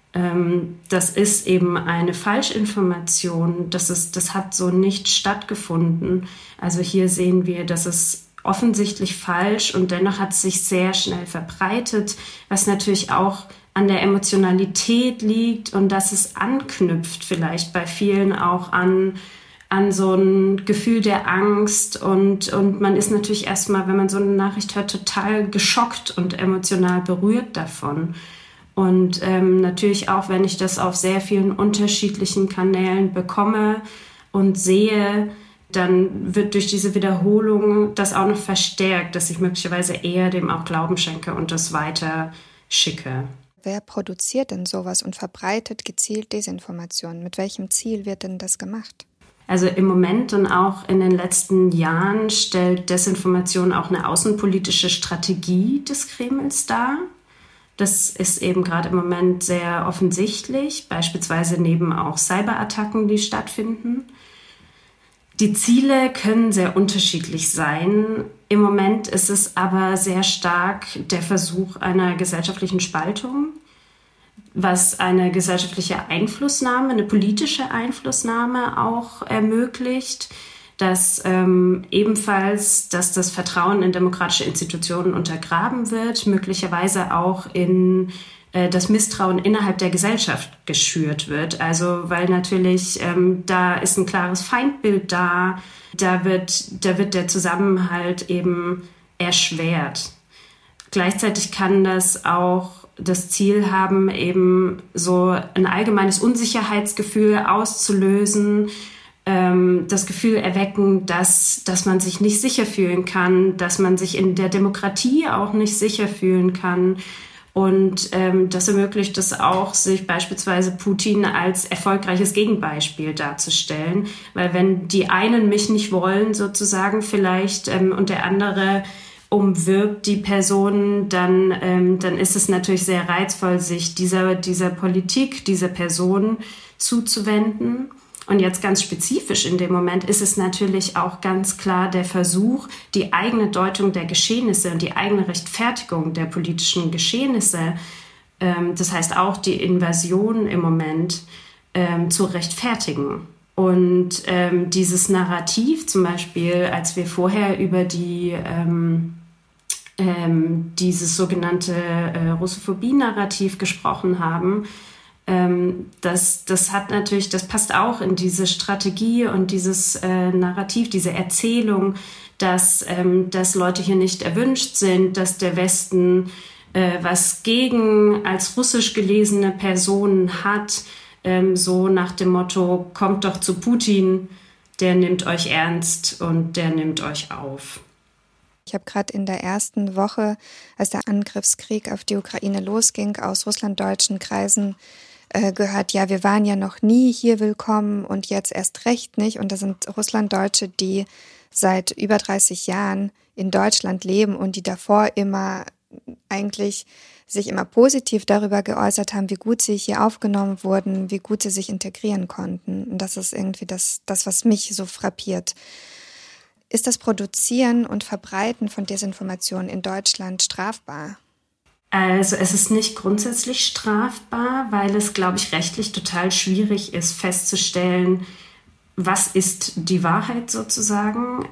Das ist eben eine Falschinformation. Das hat so nicht stattgefunden. Also hier sehen wir, dass es offensichtlich falsch und dennoch hat es sich sehr schnell verbreitet, was natürlich auch an der Emotionalität liegt und dass es anknüpft vielleicht bei vielen auch an so ein Gefühl der Angst und man ist natürlich erstmal, wenn man so eine Nachricht hört, total geschockt und emotional berührt davon. Und natürlich auch, wenn ich das auf sehr vielen unterschiedlichen Kanälen bekomme und sehe, dann wird durch diese Wiederholung das auch noch verstärkt, dass ich möglicherweise eher dem auch Glauben schenke und das weiter schicke. Wer produziert denn sowas und verbreitet gezielt Desinformation? Mit welchem Ziel wird denn das gemacht? Also im Moment und auch in den letzten Jahren stellt Desinformation auch eine außenpolitische Strategie des Kremls dar. Das ist eben gerade im Moment sehr offensichtlich, beispielsweise neben auch Cyberattacken, die stattfinden. Die Ziele können sehr unterschiedlich sein. Im Moment ist es aber sehr stark der Versuch einer gesellschaftlichen Spaltung, was eine gesellschaftliche Einflussnahme, eine politische Einflussnahme auch ermöglicht, dass ebenfalls, dass das Vertrauen in demokratische Institutionen untergraben wird, möglicherweise auch in das Misstrauen innerhalb der Gesellschaft geschürt wird. Also weil natürlich da ist ein klares Feindbild da wird der Zusammenhalt eben erschwert. Gleichzeitig kann das auch das Ziel haben, eben so ein allgemeines Unsicherheitsgefühl auszulösen, das Gefühl erwecken, dass man sich nicht sicher fühlen kann, dass man sich in der Demokratie auch nicht sicher fühlen kann. Und das ermöglicht es auch, sich beispielsweise Putin als erfolgreiches Gegenbeispiel darzustellen. Weil wenn die einen mich nicht wollen, sozusagen vielleicht, und der andere umwirbt die Person, dann ist es natürlich sehr reizvoll, sich dieser Politik, dieser Person zuzuwenden. Und jetzt ganz spezifisch in dem Moment ist es natürlich auch ganz klar der Versuch, die eigene Deutung der Geschehnisse und die eigene Rechtfertigung der politischen Geschehnisse, das heißt auch die Invasion im Moment, zu rechtfertigen. Und dieses Narrativ zum Beispiel, als wir vorher über dieses sogenannte Russophobie-Narrativ gesprochen haben, das passt auch in diese Strategie und dieses Narrativ, diese Erzählung, dass Leute hier nicht erwünscht sind, dass der Westen was gegen als russisch gelesene Personen hat, so nach dem Motto, kommt doch zu Putin, der nimmt euch ernst und der nimmt euch auf. Ich habe gerade in der ersten Woche, als der Angriffskrieg auf die Ukraine losging, aus russlanddeutschen Kreisen gehört, ja, wir waren ja noch nie hier willkommen und jetzt erst recht nicht. Und da sind Russlanddeutsche, die seit über 30 Jahren in Deutschland leben und die davor immer eigentlich sich immer positiv darüber geäußert haben, wie gut sie hier aufgenommen wurden, wie gut sie sich integrieren konnten. Und das ist irgendwie das, was mich so frappiert. Ist das Produzieren und Verbreiten von Desinformation in Deutschland strafbar? Also es ist nicht grundsätzlich strafbar, weil es, glaube ich, rechtlich total schwierig ist, festzustellen, was ist die Wahrheit sozusagen,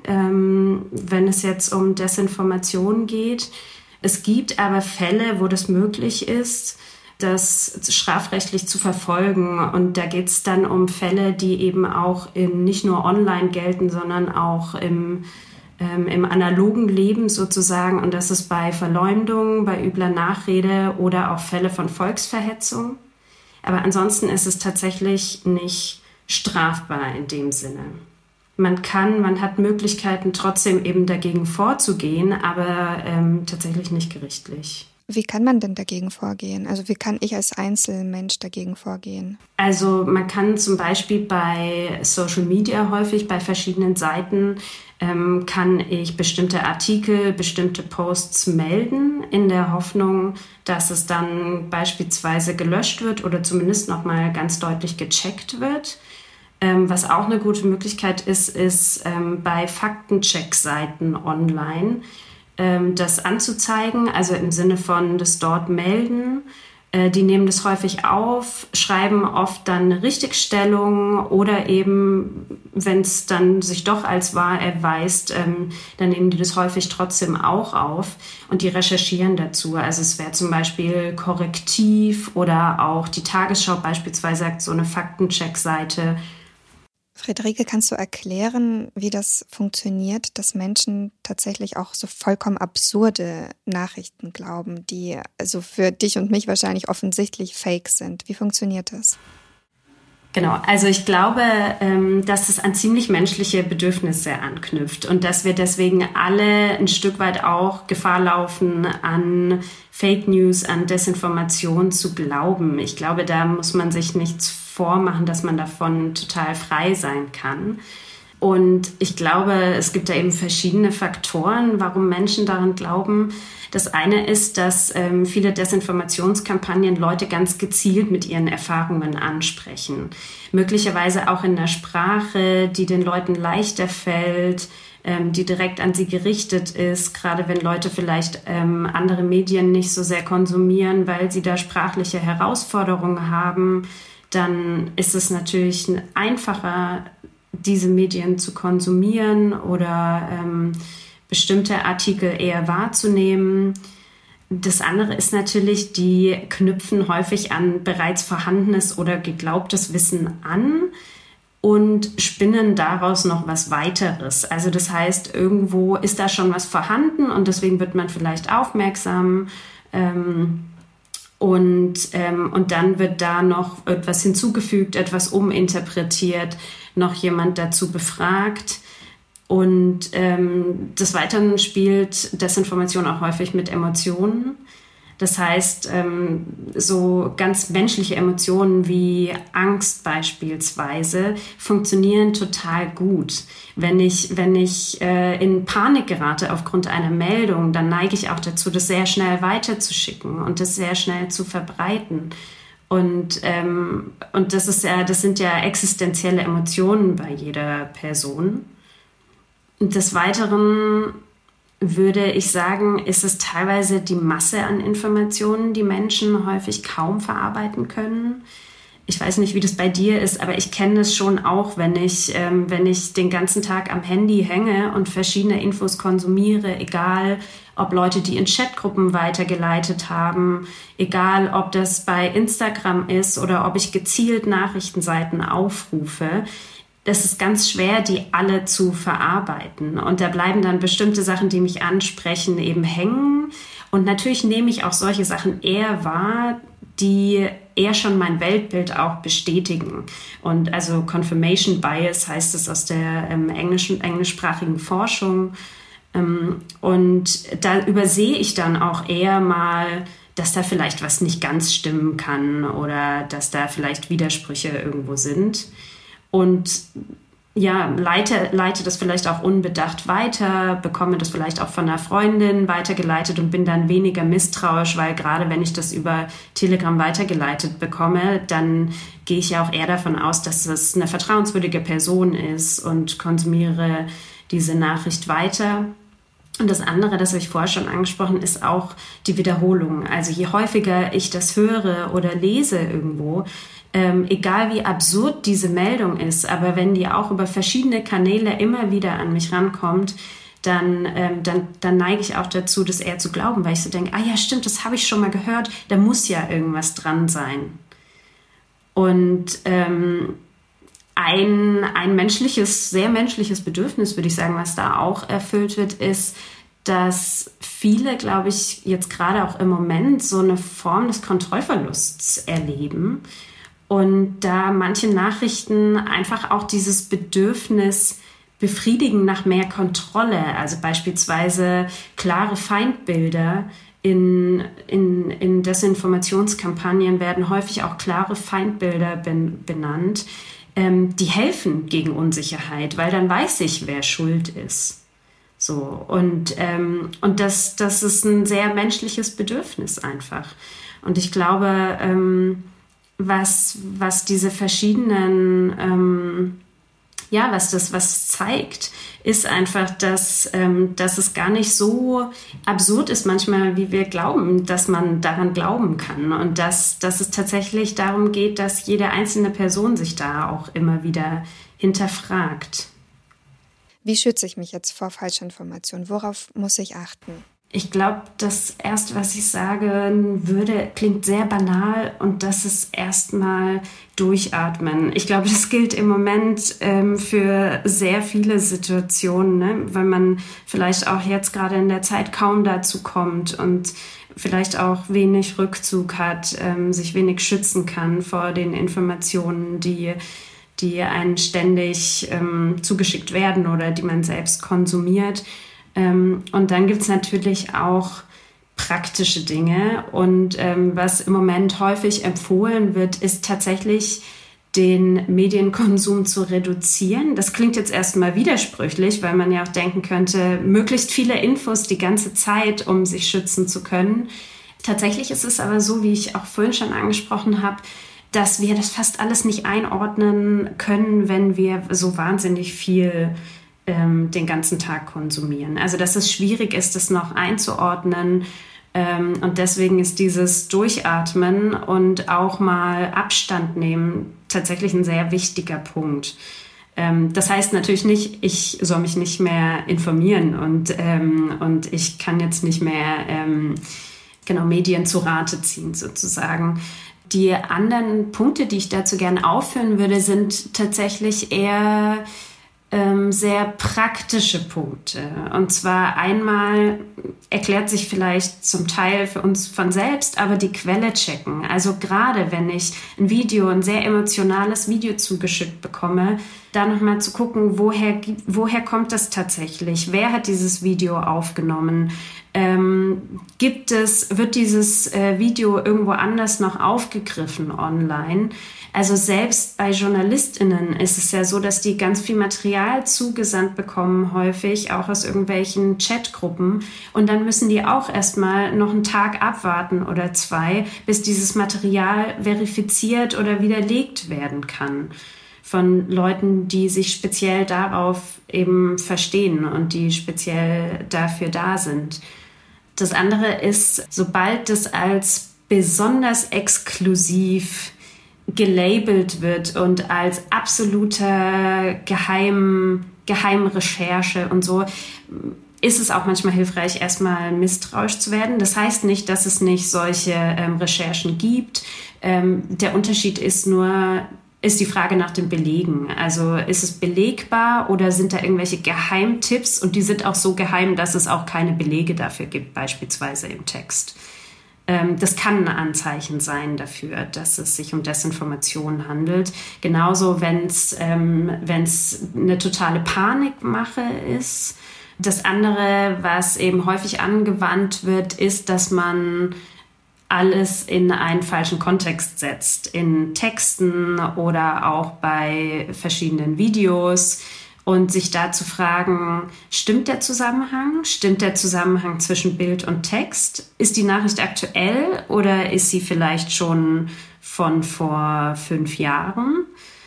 wenn es jetzt um Desinformation geht. Es gibt aber Fälle, wo das möglich ist, das strafrechtlich zu verfolgen. Und da geht es dann um Fälle, die eben auch nicht nur online gelten, sondern auch im analogen Leben sozusagen. Und das ist bei Verleumdung, bei übler Nachrede oder auch Fälle von Volksverhetzung. Aber ansonsten ist es tatsächlich nicht strafbar in dem Sinne. Man hat Möglichkeiten, trotzdem eben dagegen vorzugehen, aber tatsächlich nicht gerichtlich. Wie kann man denn dagegen vorgehen? Also wie kann ich als Einzelmensch dagegen vorgehen? Also man kann zum Beispiel bei Social Media häufig, bei verschiedenen Seiten, kann ich bestimmte Artikel, bestimmte Posts melden, in der Hoffnung, dass es dann beispielsweise gelöscht wird oder zumindest nochmal ganz deutlich gecheckt wird. Was auch eine gute Möglichkeit ist bei Faktencheck-Seiten online das anzuzeigen, also im Sinne von das dort melden. Die nehmen das häufig auf, schreiben oft dann eine Richtigstellung oder eben, wenn es dann sich doch als wahr erweist, dann nehmen die das häufig trotzdem auch auf und die recherchieren dazu. Also es wäre zum Beispiel Korrektiv oder auch die Tagesschau beispielsweise sagt so eine Faktencheck-Seite. Friederike, kannst du erklären, wie das funktioniert, dass Menschen tatsächlich auch so vollkommen absurde Nachrichten glauben, die also für dich und mich wahrscheinlich offensichtlich fake sind? Wie funktioniert das? Genau, also ich glaube, dass es an ziemlich menschliche Bedürfnisse anknüpft und dass wir deswegen alle ein Stück weit auch Gefahr laufen, an Fake News, an Desinformation zu glauben. Ich glaube, da muss man sich nichts vormachen, dass man davon total frei sein kann. Und ich glaube, es gibt da eben verschiedene Faktoren, warum Menschen daran glauben. Das eine ist, dass viele Desinformationskampagnen Leute ganz gezielt mit ihren Erfahrungen ansprechen. Möglicherweise auch in einer Sprache, die den Leuten leichter fällt, die direkt an sie gerichtet ist, gerade wenn Leute vielleicht andere Medien nicht so sehr konsumieren, weil sie da sprachliche Herausforderungen haben, dann ist es natürlich einfacher, diese Medien zu konsumieren oder bestimmte Artikel eher wahrzunehmen. Das andere ist natürlich, die knüpfen häufig an bereits vorhandenes oder geglaubtes Wissen an und spinnen daraus noch was weiteres. Also das heißt, irgendwo ist da schon was vorhanden und deswegen wird man vielleicht aufmerksam. Und dann wird da noch etwas hinzugefügt, etwas uminterpretiert, noch jemand dazu befragt. Und des Weiteren spielt Desinformation auch häufig mit Emotionen. Das heißt, so ganz menschliche Emotionen wie Angst beispielsweise funktionieren total gut. Wenn ich in Panik gerate aufgrund einer Meldung, dann neige ich auch dazu, das sehr schnell weiterzuschicken und das sehr schnell zu verbreiten. Und das sind ja existenzielle Emotionen bei jeder Person. Und des Weiteren würde ich sagen, ist es teilweise die Masse an Informationen, die Menschen häufig kaum verarbeiten können. Ich weiß nicht, wie das bei dir ist, aber ich kenne es schon auch, wenn ich den ganzen Tag am Handy hänge und verschiedene Infos konsumiere, egal ob Leute die in Chatgruppen weitergeleitet haben, egal ob das bei Instagram ist oder ob ich gezielt Nachrichtenseiten aufrufe. Das ist ganz schwer, die alle zu verarbeiten. Und da bleiben dann bestimmte Sachen, die mich ansprechen, eben hängen. Und natürlich nehme ich auch solche Sachen eher wahr, die eher schon mein Weltbild auch bestätigen. Und also Confirmation Bias heißt es aus der englischsprachigen Forschung. Und da übersehe ich dann auch eher mal dass da vielleicht was nicht ganz stimmen kann oder dass da vielleicht Widersprüche irgendwo sind. Und ja, leite das vielleicht auch unbedacht weiter, bekomme das vielleicht auch von einer Freundin weitergeleitet und bin dann weniger misstrauisch, weil gerade wenn ich das über Telegram weitergeleitet bekomme, dann gehe ich ja auch eher davon aus, dass es eine vertrauenswürdige Person ist und konsumiere diese Nachricht weiter. Und das andere, das habe ich vorher schon angesprochen, ist auch die Wiederholung. Also je häufiger ich das höre oder lese irgendwo, egal wie absurd diese Meldung ist, aber wenn die auch über verschiedene Kanäle immer wieder an mich rankommt, dann neige ich auch dazu, das eher zu glauben, weil ich so denke, ja stimmt, das habe ich schon mal gehört, da muss ja irgendwas dran sein. Und ein menschliches, sehr menschliches Bedürfnis, würde ich sagen, was da auch erfüllt wird, ist, dass viele, glaube ich, jetzt gerade auch im Moment so eine Form des Kontrollverlusts erleben und da manche Nachrichten einfach auch dieses Bedürfnis befriedigen nach mehr Kontrolle, also beispielsweise klare Feindbilder. In Desinformationskampagnen werden häufig auch klare Feindbilder benannt, die helfen gegen Unsicherheit, weil dann weiß ich, wer schuld ist. So, und das ist ein sehr menschliches Bedürfnis einfach. Und ich glaube, was diese verschiedenen, was zeigt, ist einfach, dass es gar nicht so absurd ist manchmal, wie wir glauben, dass man daran glauben kann. Und dass es tatsächlich darum geht, dass jede einzelne Person sich da auch immer wieder hinterfragt. Wie schütze ich mich jetzt vor Falschinformationen? Worauf muss ich achten? Ich glaube, das Erste, was ich sagen würde, klingt sehr banal und das ist erstmal durchatmen. Ich glaube, das gilt im Moment für sehr viele Situationen, ne? Weil man vielleicht auch jetzt gerade in der Zeit kaum dazu kommt und vielleicht auch wenig Rückzug hat, sich wenig schützen kann vor den Informationen, die einen ständig zugeschickt werden oder die man selbst konsumiert. Und dann gibt es natürlich auch praktische Dinge. Und was im Moment häufig empfohlen wird, ist tatsächlich den Medienkonsum zu reduzieren. Das klingt jetzt erstmal widersprüchlich, weil man ja auch denken könnte, möglichst viele Infos die ganze Zeit, um sich schützen zu können. Tatsächlich ist es aber so, wie ich auch vorhin schon angesprochen habe, dass wir das fast alles nicht einordnen können, wenn wir so wahnsinnig viel den ganzen Tag konsumieren. Also dass es schwierig ist, das noch einzuordnen. Und deswegen ist dieses Durchatmen und auch mal Abstand nehmen tatsächlich ein sehr wichtiger Punkt. Das heißt natürlich nicht, ich soll mich nicht mehr informieren und ich kann jetzt nicht mehr Medien zu Rate ziehen sozusagen. Die anderen Punkte, die ich dazu gerne aufführen würde, sind tatsächlich eher sehr praktische Punkte. Und zwar einmal erklärt sich vielleicht zum Teil für uns von selbst, aber die Quelle checken. Also gerade wenn ich ein sehr emotionales Video zugeschickt bekomme, da nochmal zu gucken, woher kommt das tatsächlich? Wer hat dieses Video aufgenommen? Wird dieses Video irgendwo anders noch aufgegriffen online? Also selbst bei JournalistInnen ist es ja so, dass die ganz viel Material zugesandt bekommen, häufig auch aus irgendwelchen Chatgruppen. Und dann müssen die auch erstmal noch einen Tag abwarten oder 2, bis dieses Material verifiziert oder widerlegt werden kann von Leuten, die sich speziell darauf eben verstehen und die speziell dafür da sind. Das andere ist, sobald es als besonders exklusiv gelabelt wird und als absoluter Geheimrecherche und so, ist es auch manchmal hilfreich, erstmal misstrauisch zu werden. Das heißt nicht, dass es nicht solche Recherchen gibt. Der Unterschied ist die Frage nach den Belegen. Also ist es belegbar oder sind da irgendwelche Geheimtipps und die sind auch so geheim, dass es auch keine Belege dafür gibt, beispielsweise im Text. Das kann ein Anzeichen sein dafür, dass es sich um Desinformation handelt. Genauso, wenn es eine totale Panikmache ist. Das andere, was eben häufig angewandt wird, ist, dass man alles in einen falschen Kontext setzt, in Texten oder auch bei verschiedenen Videos, und sich da zu fragen, stimmt der Zusammenhang? Stimmt der Zusammenhang zwischen Bild und Text? Ist die Nachricht aktuell oder ist sie vielleicht schon von vor 5 Jahren?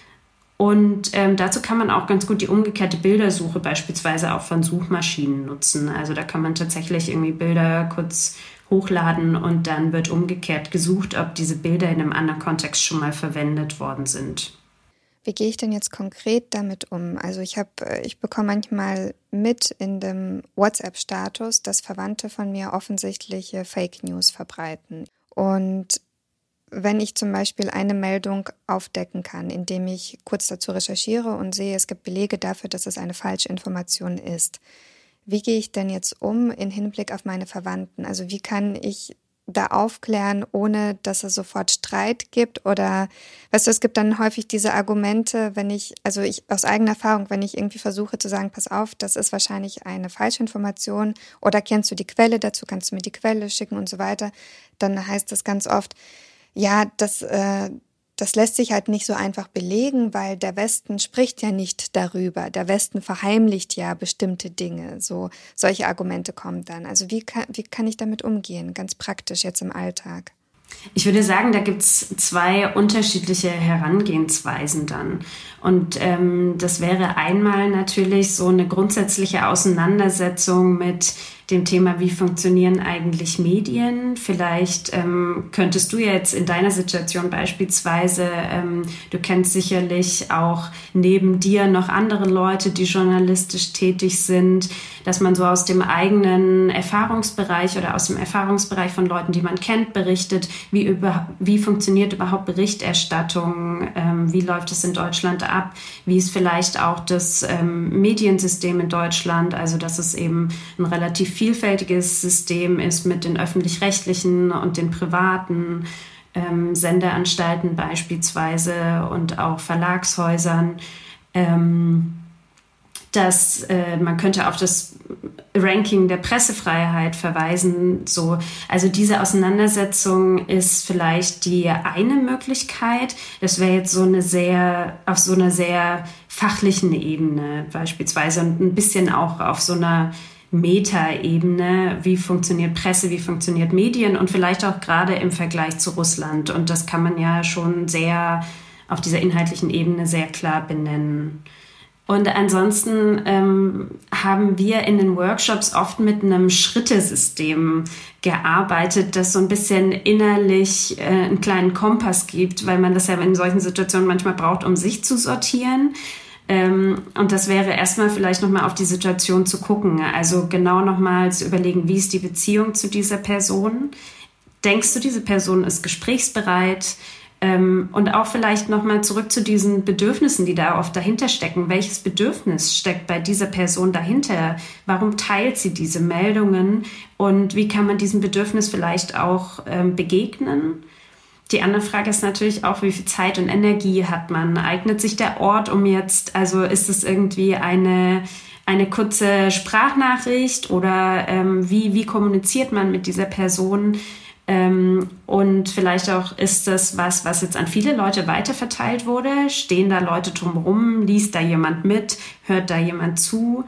Und dazu kann man auch ganz gut die umgekehrte Bildersuche beispielsweise auch von Suchmaschinen nutzen. Also da kann man tatsächlich irgendwie Bilder kurz hochladen und dann wird umgekehrt gesucht, ob diese Bilder in einem anderen Kontext schon mal verwendet worden sind. Wie gehe ich denn jetzt konkret damit um? Also ich bekomme manchmal mit in dem WhatsApp-Status, dass Verwandte von mir offensichtliche Fake News verbreiten. Und wenn ich zum Beispiel eine Meldung aufdecken kann, indem ich kurz dazu recherchiere und sehe, es gibt Belege dafür, dass es eine Falschinformation ist, wie gehe ich denn jetzt um in Hinblick auf meine Verwandten? Also wie kann ich da aufklären, ohne dass es sofort Streit gibt? Oder, weißt du, es gibt dann häufig diese Argumente, aus eigener Erfahrung, wenn ich irgendwie versuche zu sagen, pass auf, das ist wahrscheinlich eine Falschinformation oder kennst du die Quelle dazu, kannst du mir die Quelle schicken und so weiter, dann heißt das ganz oft, ja, das lässt sich halt nicht so einfach belegen, weil der Westen spricht ja nicht darüber. Der Westen verheimlicht ja bestimmte Dinge. Solche Argumente kommen dann. Also wie kann ich damit umgehen, ganz praktisch jetzt im Alltag? Ich würde sagen, da gibt es 2 unterschiedliche Herangehensweisen dann. Und das wäre einmal natürlich so eine grundsätzliche Auseinandersetzung mit dem Thema, wie funktionieren eigentlich Medien. Vielleicht könntest du jetzt in deiner Situation beispielsweise, du kennst sicherlich auch neben dir noch andere Leute, die journalistisch tätig sind, dass man so aus dem eigenen Erfahrungsbereich oder aus dem Erfahrungsbereich von Leuten, die man kennt, berichtet, wie funktioniert überhaupt Berichterstattung, wie läuft es in Deutschland ab, wie ist vielleicht auch das Mediensystem in Deutschland, also dass es eben ein relativ vielfältiges System ist mit den öffentlich-rechtlichen und den privaten Sendeanstalten beispielsweise und auch Verlagshäusern. Dass man könnte auf das Ranking der Pressefreiheit verweisen. Also diese Auseinandersetzung ist vielleicht die eine Möglichkeit. Das wäre jetzt auf so einer sehr fachlichen Ebene beispielsweise und ein bisschen auch auf so einer Metaebene, wie funktioniert Presse, wie funktioniert Medien und vielleicht auch gerade im Vergleich zu Russland. Und das kann man ja schon sehr auf dieser inhaltlichen Ebene sehr klar benennen. Und ansonsten haben wir in den Workshops oft mit einem Schrittesystem gearbeitet, das so ein bisschen innerlich einen kleinen Kompass gibt, weil man das ja in solchen Situationen manchmal braucht, um sich zu sortieren. Und das wäre erstmal vielleicht nochmal auf die Situation zu gucken. Also genau nochmal zu überlegen, wie ist die Beziehung zu dieser Person? Denkst du, diese Person ist gesprächsbereit? Und auch vielleicht nochmal zurück zu diesen Bedürfnissen, die da oft dahinter stecken. Welches Bedürfnis steckt bei dieser Person dahinter? Warum teilt sie diese Meldungen? Und wie kann man diesem Bedürfnis vielleicht auch begegnen? Die andere Frage ist natürlich auch, wie viel Zeit und Energie hat man? Eignet sich der Ort also ist es irgendwie eine kurze Sprachnachricht oder wie kommuniziert man mit dieser Person? Und vielleicht auch ist das was jetzt an viele Leute weiterverteilt wurde. Stehen da Leute drumherum? Liest da jemand mit? Hört da jemand zu?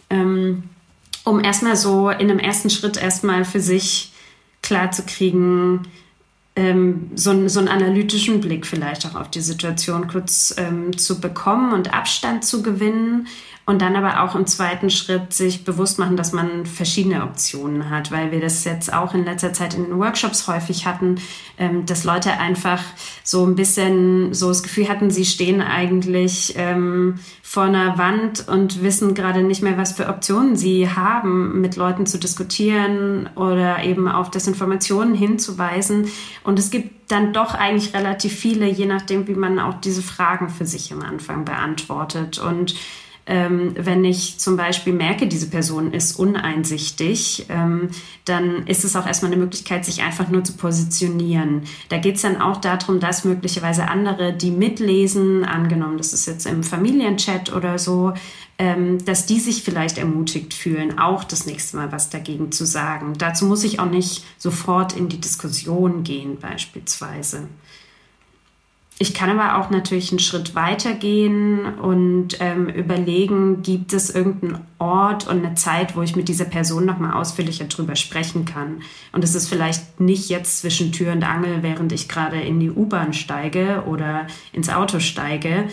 Um erstmal so in einem ersten Schritt erstmal für sich klar zu kriegen, so einen analytischen Blick vielleicht auch auf die Situation kurz zu bekommen und Abstand zu gewinnen. Und dann aber auch im zweiten Schritt sich bewusst machen, dass man verschiedene Optionen hat, weil wir das jetzt auch in letzter Zeit in den Workshops häufig hatten, dass Leute einfach so ein bisschen so das Gefühl hatten, sie stehen eigentlich vor einer Wand und wissen gerade nicht mehr, was für Optionen sie haben, mit Leuten zu diskutieren oder eben auf Desinformationen hinzuweisen. Und es gibt dann doch eigentlich relativ viele, je nachdem, wie man auch diese Fragen für sich am Anfang beantwortet. Und Wenn ich zum Beispiel merke, diese Person ist uneinsichtig, dann ist es auch erstmal eine Möglichkeit, sich einfach nur zu positionieren. Da geht es dann auch darum, dass möglicherweise andere, die mitlesen, angenommen, das ist jetzt im Familienchat oder so, dass die sich vielleicht ermutigt fühlen, auch das nächste Mal was dagegen zu sagen. Dazu muss ich auch nicht sofort in die Diskussion gehen, beispielsweise. Ich kann aber auch natürlich einen Schritt weiter gehen und überlegen, gibt es irgendeinen Ort und eine Zeit, wo ich mit dieser Person nochmal ausführlicher drüber sprechen kann. Und es ist vielleicht nicht jetzt zwischen Tür und Angel, während ich gerade in die U-Bahn steige oder ins Auto steige,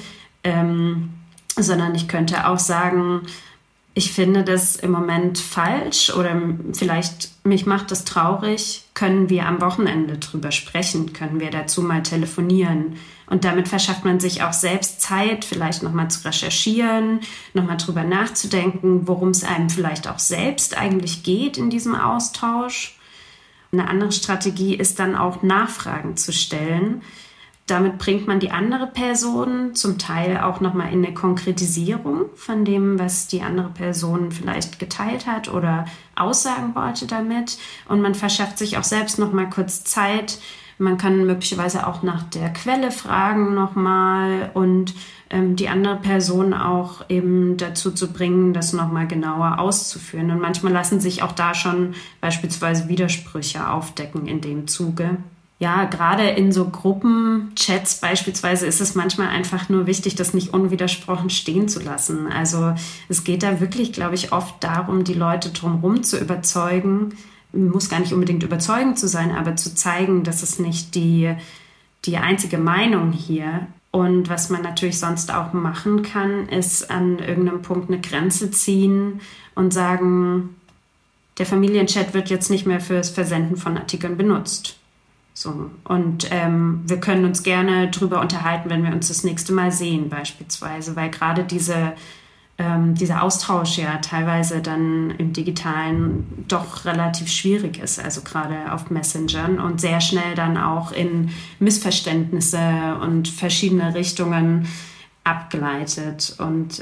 sondern ich könnte auch sagen, ich finde das im Moment falsch oder vielleicht mich macht das traurig. Können wir am Wochenende drüber sprechen? Können wir dazu mal telefonieren? Und damit verschafft man sich auch selbst Zeit, vielleicht nochmal zu recherchieren, nochmal drüber nachzudenken, worum es einem vielleicht auch selbst eigentlich geht in diesem Austausch. Eine andere Strategie ist dann auch Nachfragen zu stellen. Damit bringt man die andere Person zum Teil auch nochmal in eine Konkretisierung von dem, was die andere Person vielleicht geteilt hat oder aussagen wollte damit. Und man verschafft sich auch selbst nochmal kurz Zeit. Man kann möglicherweise auch nach der Quelle fragen nochmal und die andere Person auch eben dazu zu bringen, das nochmal genauer auszuführen. Und manchmal lassen sich auch da schon beispielsweise Widersprüche aufdecken in dem Zuge. Ja, gerade in so Gruppenchats beispielsweise ist es manchmal einfach nur wichtig, das nicht unwidersprochen stehen zu lassen. Also es geht da wirklich, glaube ich, oft darum, die Leute drumherum zu überzeugen. Muss gar nicht unbedingt überzeugend zu sein, aber zu zeigen, dass es nicht die einzige Meinung hier. Und was man natürlich sonst auch machen kann, ist an irgendeinem Punkt eine Grenze ziehen und sagen, der Familienchat wird jetzt nicht mehr fürs Versenden von Artikeln benutzt. So. Und wir können uns gerne drüber unterhalten, wenn wir uns das nächste Mal sehen beispielsweise, weil gerade dieser Austausch ja teilweise dann im Digitalen doch relativ schwierig ist, also gerade auf Messengern und sehr schnell dann auch in Missverständnisse und verschiedene Richtungen abgleitet. Und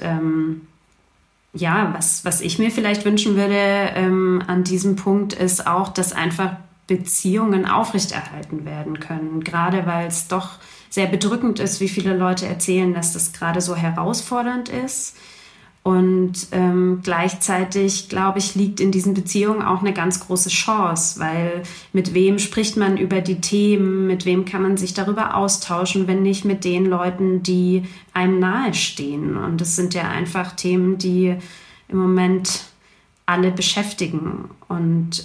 was ich mir vielleicht wünschen würde an diesem Punkt ist auch, dass einfach Beziehungen aufrechterhalten werden können, gerade weil es doch sehr bedrückend ist, wie viele Leute erzählen, dass das gerade so herausfordernd ist. Und gleichzeitig, glaube ich, liegt in diesen Beziehungen auch eine ganz große Chance, weil mit wem spricht man über die Themen, mit wem kann man sich darüber austauschen, wenn nicht mit den Leuten, die einem nahestehen. Und das sind ja einfach Themen, die im Moment alle beschäftigen. Und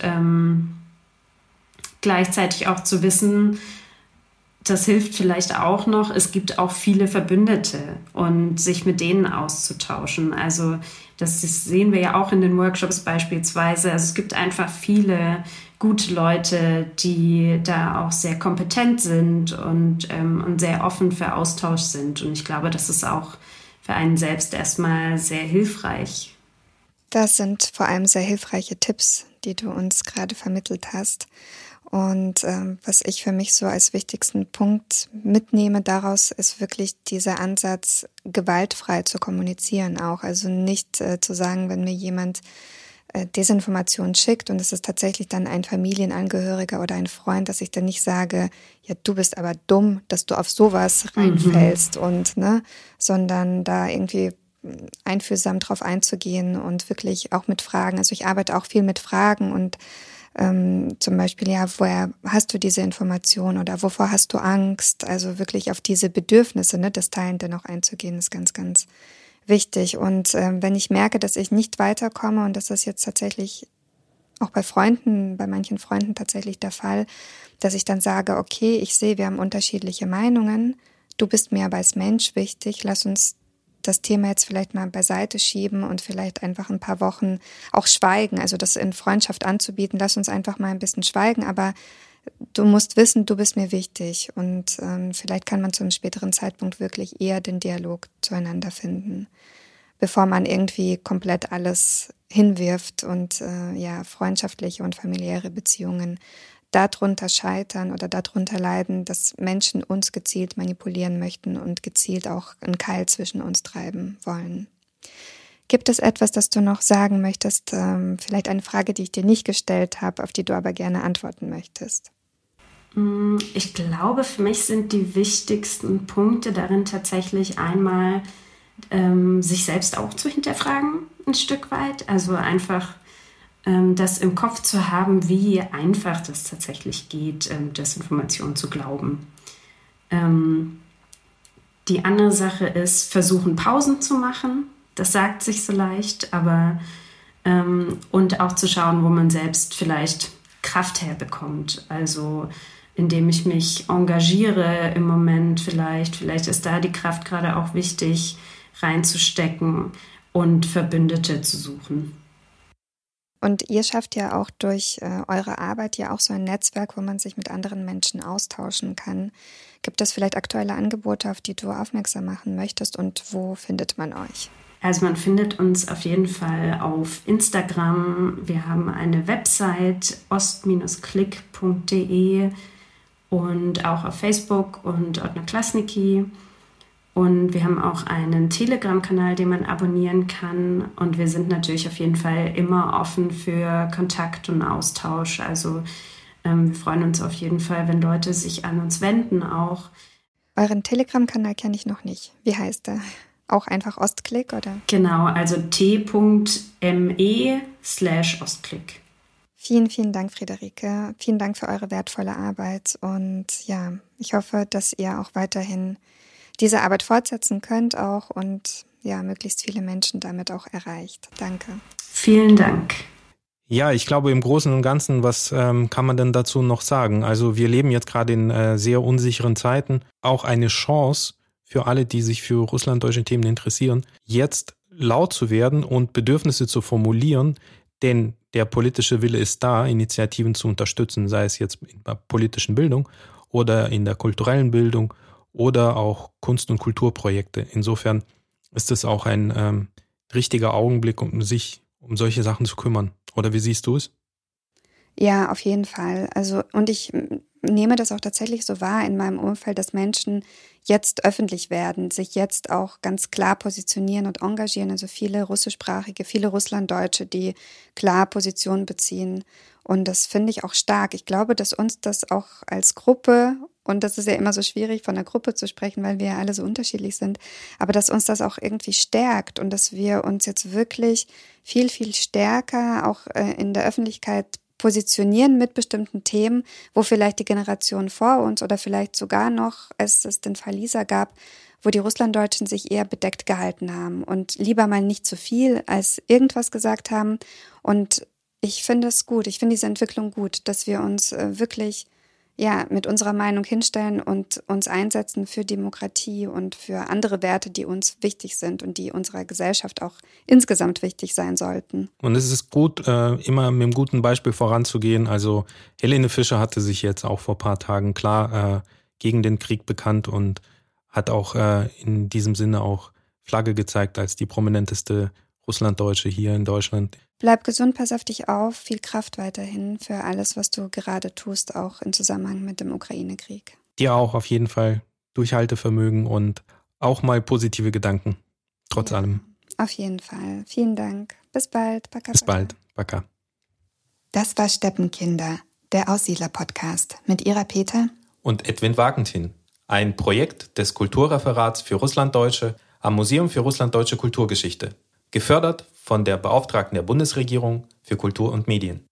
gleichzeitig auch zu wissen, das hilft vielleicht auch noch, es gibt auch viele Verbündete und sich mit denen auszutauschen. Also das sehen wir ja auch in den Workshops beispielsweise. Also es gibt einfach viele gute Leute, die da auch sehr kompetent sind und sehr offen für Austausch sind. Und ich glaube, das ist auch für einen selbst erstmal sehr hilfreich. Das sind vor allem sehr hilfreiche Tipps, die du uns gerade vermittelt hast. Und was ich für mich so als wichtigsten Punkt mitnehme daraus, ist wirklich dieser Ansatz, gewaltfrei zu kommunizieren auch. Also nicht zu sagen, wenn mir jemand Desinformation schickt und es ist tatsächlich dann ein Familienangehöriger oder ein Freund, dass ich dann nicht sage, ja, du bist aber dumm, dass du auf sowas reinfällst und sondern da irgendwie einfühlsam drauf einzugehen und wirklich auch mit Fragen. Also ich arbeite auch viel mit Fragen und zum Beispiel, ja, woher hast du diese Information oder wovor hast du Angst? Also wirklich auf diese Bedürfnisse des Teilenden auch einzugehen, ist ganz, ganz wichtig. Und wenn ich merke, dass ich nicht weiterkomme, und das ist jetzt tatsächlich auch bei manchen Freunden tatsächlich der Fall, dass ich dann sage, okay, ich sehe, wir haben unterschiedliche Meinungen, du bist mir aber als Mensch wichtig, lass uns das Thema jetzt vielleicht mal beiseite schieben und vielleicht einfach ein paar Wochen auch schweigen, also das in Freundschaft anzubieten, lass uns einfach mal ein bisschen schweigen, aber du musst wissen, du bist mir wichtig und vielleicht kann man zu einem späteren Zeitpunkt wirklich eher den Dialog zueinander finden, bevor man irgendwie komplett alles hinwirft und freundschaftliche und familiäre Beziehungen darunter scheitern oder darunter leiden, dass Menschen uns gezielt manipulieren möchten und gezielt auch einen Keil zwischen uns treiben wollen. Gibt es etwas, das du noch sagen möchtest? Vielleicht eine Frage, die ich dir nicht gestellt habe, auf die du aber gerne antworten möchtest? Ich glaube, für mich sind die wichtigsten Punkte darin tatsächlich einmal, sich selbst auch zu hinterfragen, ein Stück weit. Also einfach das im Kopf zu haben, wie einfach das tatsächlich geht, Desinformation zu glauben. Die andere Sache ist, versuchen, Pausen zu machen. Das sagt sich so leicht, aber und auch zu schauen, wo man selbst vielleicht Kraft herbekommt. Also indem ich mich engagiere im Moment vielleicht ist da die Kraft gerade auch wichtig, reinzustecken und Verbündete zu suchen. Und ihr schafft ja auch durch eure Arbeit ja auch so ein Netzwerk, wo man sich mit anderen Menschen austauschen kann. Gibt es vielleicht aktuelle Angebote, auf die du aufmerksam machen möchtest, und wo findet man euch? Also man findet uns auf jeden Fall auf Instagram. Wir haben eine Website ost-klick.de und auch auf Facebook und Odnoklassniki. Und wir haben auch einen Telegram-Kanal, den man abonnieren kann. Und wir sind natürlich auf jeden Fall immer offen für Kontakt und Austausch. Also wir freuen uns auf jeden Fall, wenn Leute sich an uns wenden auch. Euren Telegram-Kanal kenne ich noch nicht. Wie heißt der? Auch einfach Ostklick, oder? Genau, also t.me/Ostklick. Vielen, vielen Dank, Friederike. Vielen Dank für eure wertvolle Arbeit. Und ja, ich hoffe, dass ihr auch weiterhin diese Arbeit fortsetzen könnt auch und ja, möglichst viele Menschen damit auch erreicht. Danke. Vielen Dank. Ja, ich glaube im Großen und Ganzen, was kann man denn dazu noch sagen? Also wir leben jetzt gerade in sehr unsicheren Zeiten. Auch eine Chance für alle, die sich für russlanddeutsche Themen interessieren, jetzt laut zu werden und Bedürfnisse zu formulieren, denn der politische Wille ist da, Initiativen zu unterstützen, sei es jetzt in der politischen Bildung oder in der kulturellen Bildung oder auch Kunst- und Kulturprojekte. Insofern ist es auch ein richtiger Augenblick, um sich um solche Sachen zu kümmern. Oder wie siehst du es? Ja, auf jeden Fall. Also, und ich nehme das auch tatsächlich so wahr in meinem Umfeld, dass Menschen jetzt öffentlich werden, sich jetzt auch ganz klar positionieren und engagieren. Also viele russischsprachige, viele Russlanddeutsche, die klar Position beziehen. Und das finde ich auch stark. Ich glaube, dass uns das auch als Gruppe, und das ist ja immer so schwierig, von der Gruppe zu sprechen, weil wir ja alle so unterschiedlich sind, aber dass uns das auch irgendwie stärkt und dass wir uns jetzt wirklich viel, viel stärker auch in der Öffentlichkeit positionieren mit bestimmten Themen, wo vielleicht die Generation vor uns oder vielleicht sogar noch, als es den Fall Lisa gab, wo die Russlanddeutschen sich eher bedeckt gehalten haben und lieber mal nicht zu viel als irgendwas gesagt haben. Und ich finde es gut, ich finde diese Entwicklung gut, dass wir uns wirklich mit unserer Meinung hinstellen und uns einsetzen für Demokratie und für andere Werte, die uns wichtig sind und die unserer Gesellschaft auch insgesamt wichtig sein sollten. Und es ist gut, immer mit einem guten Beispiel voranzugehen. Also Helene Fischer hatte sich jetzt auch vor ein paar Tagen klar gegen den Krieg bekannt und hat auch in diesem Sinne auch Flagge gezeigt als die prominenteste Russlanddeutsche hier in Deutschland. Bleib gesund, pass auf dich auf, viel Kraft weiterhin für alles, was du gerade tust, auch im Zusammenhang mit dem Ukraine-Krieg. Dir auch auf jeden Fall Durchhaltevermögen und auch mal positive Gedanken, trotz allem. Auf jeden Fall. Vielen Dank. Bis bald. Baka, Bis bald. Baka. Das war Steppenkinder, der Aussiedler-Podcast mit Ira Peter und Edwin Wagentin. Ein Projekt des Kulturreferats für Russlanddeutsche am Museum für Russlanddeutsche Kulturgeschichte. Gefördert von der Beauftragten der Bundesregierung für Kultur und Medien.